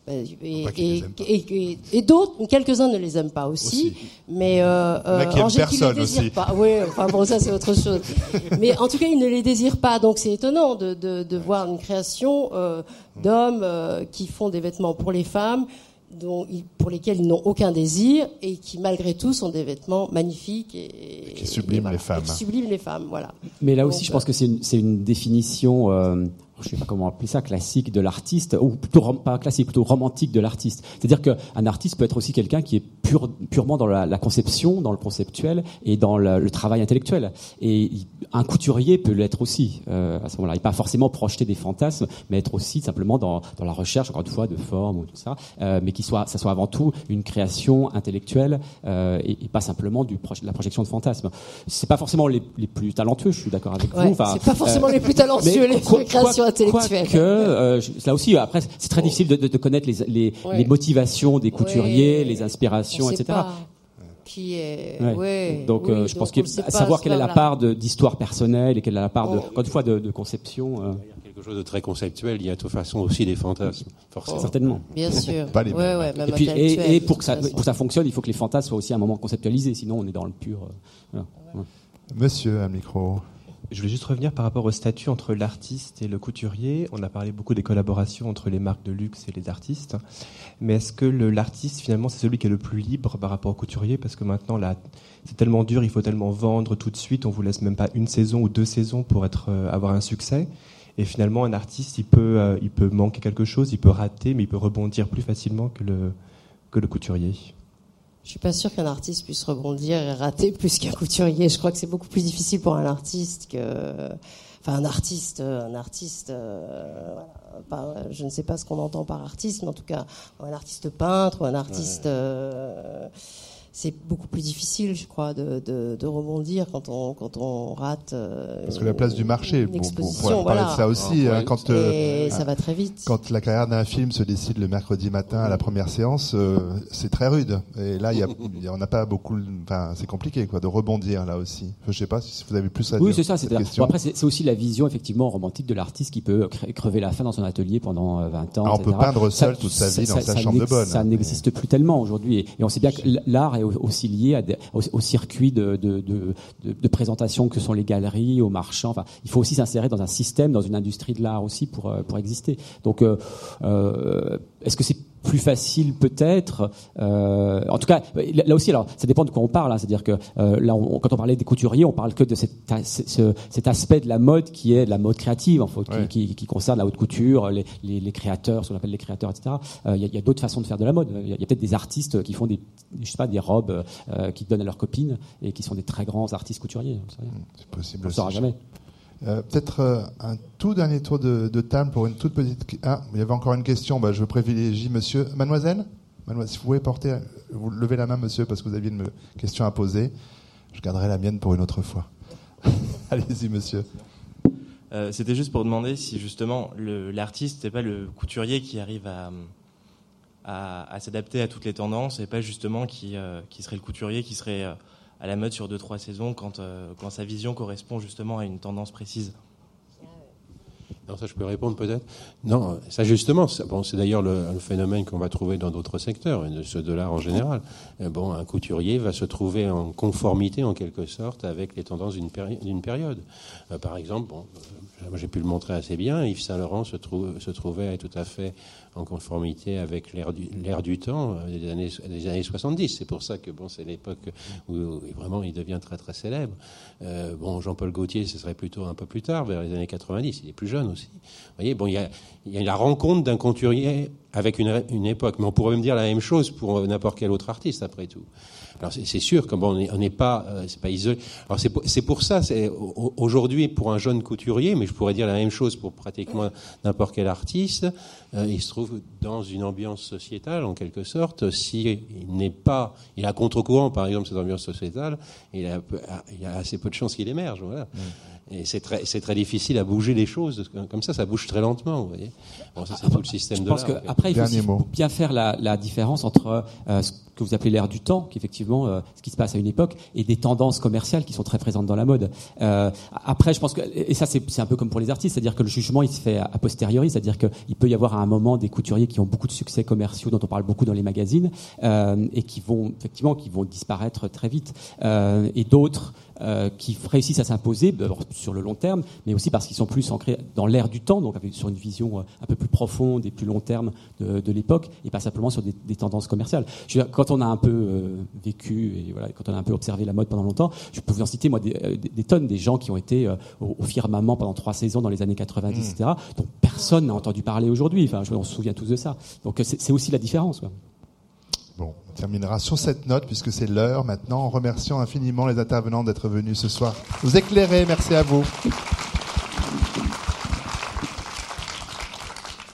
S2: Et d'autres, quelques-uns ne les aiment pas aussi. Mais
S1: Angers qui les désire
S2: pas. Oui, enfin bon, ça c'est autre chose. Mais en tout cas, ils ne les désirent pas. Donc c'est étonnant de voir une création d'hommes qui font des vêtements pour les femmes, pour lesquels ils n'ont aucun désir et qui malgré tout sont des vêtements magnifiques et
S1: qui subliment les femmes.
S2: Qui subliment les femmes, voilà.
S3: Mais là aussi, je pense que c'est une définition, je sais pas comment appeler ça, classique de l'artiste, ou plutôt pas classique, plutôt romantique de l'artiste. C'est-à-dire qu'un artiste peut être aussi quelqu'un qui est purement dans la conception, dans le conceptuel et dans le travail intellectuel. Et un couturier peut l'être aussi à ce moment-là. Il pas forcément projeter des fantasmes, mais être aussi simplement dans la recherche, encore une fois, de forme ou tout ça, mais ça soit avant tout une création intellectuelle et pas simplement de la projection de fantasmes. C'est pas forcément les plus talentueux, je suis d'accord avec vous.
S2: Enfin, c'est pas forcément les plus talentueux, les créations intellectuelles.
S3: Là aussi, après, c'est très difficile de connaître les motivations des couturiers, les inspirations, etc.
S2: Qui est...
S3: Donc, je pense qu'il faut savoir quelle est la part d'histoire personnelle et quelle est la part, encore une fois, de conception.
S4: Il y a quelque chose de très conceptuel. Il y a de toute façon aussi des fantasmes, forcément.
S3: Certainement.
S2: Bien sûr.
S1: Pas les mêmes.
S3: Et pour que ça fonctionne, il faut que les fantasmes soient aussi à un moment conceptualisés. Sinon, on est dans le pur.
S1: Monsieur, un micro.
S11: Je voulais juste revenir par rapport au statut entre l'artiste et le couturier. On a parlé beaucoup des collaborations entre les marques de luxe et les artistes. Mais est-ce que l'artiste, finalement, c'est celui qui est le plus libre par rapport au couturier ? Parce que maintenant, là, c'est tellement dur, il faut tellement vendre tout de suite. On vous laisse même pas une saison ou 2 saisons pour avoir un succès. Et finalement, un artiste, il peut manquer quelque chose, il peut rater, mais il peut rebondir plus facilement que le couturier.
S2: Je suis pas sûre qu'un artiste puisse rebondir et rater plus qu'un couturier. Je crois que c'est beaucoup plus difficile pour un artiste un artiste, voilà, je ne sais pas ce qu'on entend par artiste, mais en tout cas, un artiste peintre ou un artiste, c'est beaucoup plus difficile, je crois, de rebondir quand on rate.
S1: Parce que la place du marché, pour parler de ça aussi,
S2: ça va très vite.
S1: Quand la carrière d'un film se décide le mercredi matin à la première séance, c'est très rude. Et là, on n'a pas beaucoup. Enfin, c'est compliqué, quoi, de rebondir là aussi. Je sais pas si vous avez plus à dire.
S3: Oui, c'est ça. Après, c'est aussi la vision effectivement romantique de l'artiste qui peut crever la faim dans son atelier pendant 20 ans.
S1: On peut peindre seul toute sa vie dans sa chambre de bonne.
S3: Ça n'existe plus tellement aujourd'hui, et on sait bien que l'art est aussi lié au circuit de présentation que sont les galeries, aux marchands. Enfin, il faut aussi s'insérer dans un système, dans une industrie de l'art aussi pour exister. Donc, est-ce que c'est plus facile peut-être en tout cas, là aussi, alors ça dépend de quoi on parle. C'est-à-dire que là, quand on parlait des couturiers, on parle que de cet aspect de la mode qui est de la mode créative, en fait, qui concerne la haute couture, les créateurs, ce qu'on appelle les créateurs, etc. Il y a d'autres façons de faire de la mode. Il y a peut-être des artistes qui font des robes qui donnent à leurs copines et qui sont des très grands artistes couturiers.
S1: C'est possible.
S3: On ne saura jamais.
S1: Peut-être un tout dernier tour de table pour une toute petite... il y avait encore une question. Je privilégie monsieur. Mademoiselle, si vous pouvez vous levez la main, monsieur, parce que vous aviez une question à poser. Je garderai la mienne pour une autre fois. Allez-y, monsieur.
S12: C'était juste pour demander si justement l'artiste n'est pas le couturier qui arrive à s'adapter à toutes les tendances, et pas justement qui serait le couturier qui serait à la mode sur 2-3 saisons quand sa vision correspond justement à une tendance précise.
S4: Non, ça je peux répondre peut-être. Non, ça justement, c'est d'ailleurs le phénomène qu'on va trouver dans d'autres secteurs, ceux de l'art en général. Un couturier va se trouver en conformité en quelque sorte avec les tendances d'une période. Par exemple, j'ai pu le montrer assez bien, Yves Saint Laurent se trouvait tout à fait en conformité avec l'ère du temps des années 70. C'est pour ça que c'est l'époque où vraiment il devient très très célèbre. Jean-Paul Gaultier, ce serait plutôt un peu plus tard, vers les années 90. Il est plus jeune aussi. Vous voyez, il y a la rencontre d'un couturier avec une époque, mais on pourrait même dire la même chose pour n'importe quel autre artiste après tout. Alors c'est sûr que on n'est pas, c'est pas isolé. Alors c'est pour ça, aujourd'hui pour un jeune couturier, mais je pourrais dire la même chose pour pratiquement n'importe quel artiste, il se trouve dans une ambiance sociétale en quelque sorte. Il est à contre-courant par exemple cette ambiance sociétale, il y a assez peu de chances qu'il émerge. Voilà. Et c'est très difficile à bouger les choses comme ça bouge très lentement, vous voyez. Ça c'est tout le système de l'art.
S3: Je pense Après, il faut aussi bien faire la différence entre ce que vous appelez l'ère du temps, qui effectivement ce qui se passe à une époque, et des tendances commerciales qui sont très présentes dans la mode. Après, je pense que, et ça c'est un peu comme pour les artistes, c'est-à-dire que le jugement il se fait a posteriori, c'est-à-dire qu'il peut y avoir à un moment des couturiers qui ont beaucoup de succès commerciaux, dont on parle beaucoup dans les magazines, et qui vont disparaître très vite, et d'autres qui réussissent à s'imposer sur le long terme, mais aussi parce qu'ils sont plus ancrés dans l'ère du temps, donc sur une vision un peu plus profonde et plus long terme de l'époque, et pas simplement sur des tendances commerciales. Quand on a un peu vécu, et voilà, quand on a un peu observé la mode pendant longtemps, je peux vous en citer moi des tonnes, des gens qui ont été au firmament pendant 3 saisons dans les années 90, etc., dont personne n'a entendu parler aujourd'hui. Enfin, on se souvient tous de ça. Donc c'est aussi la différence, quoi.
S1: Bon, on terminera sur cette note puisque c'est l'heure maintenant, en remerciant infiniment les intervenants d'être venus ce soir nous éclairer. Merci à vous.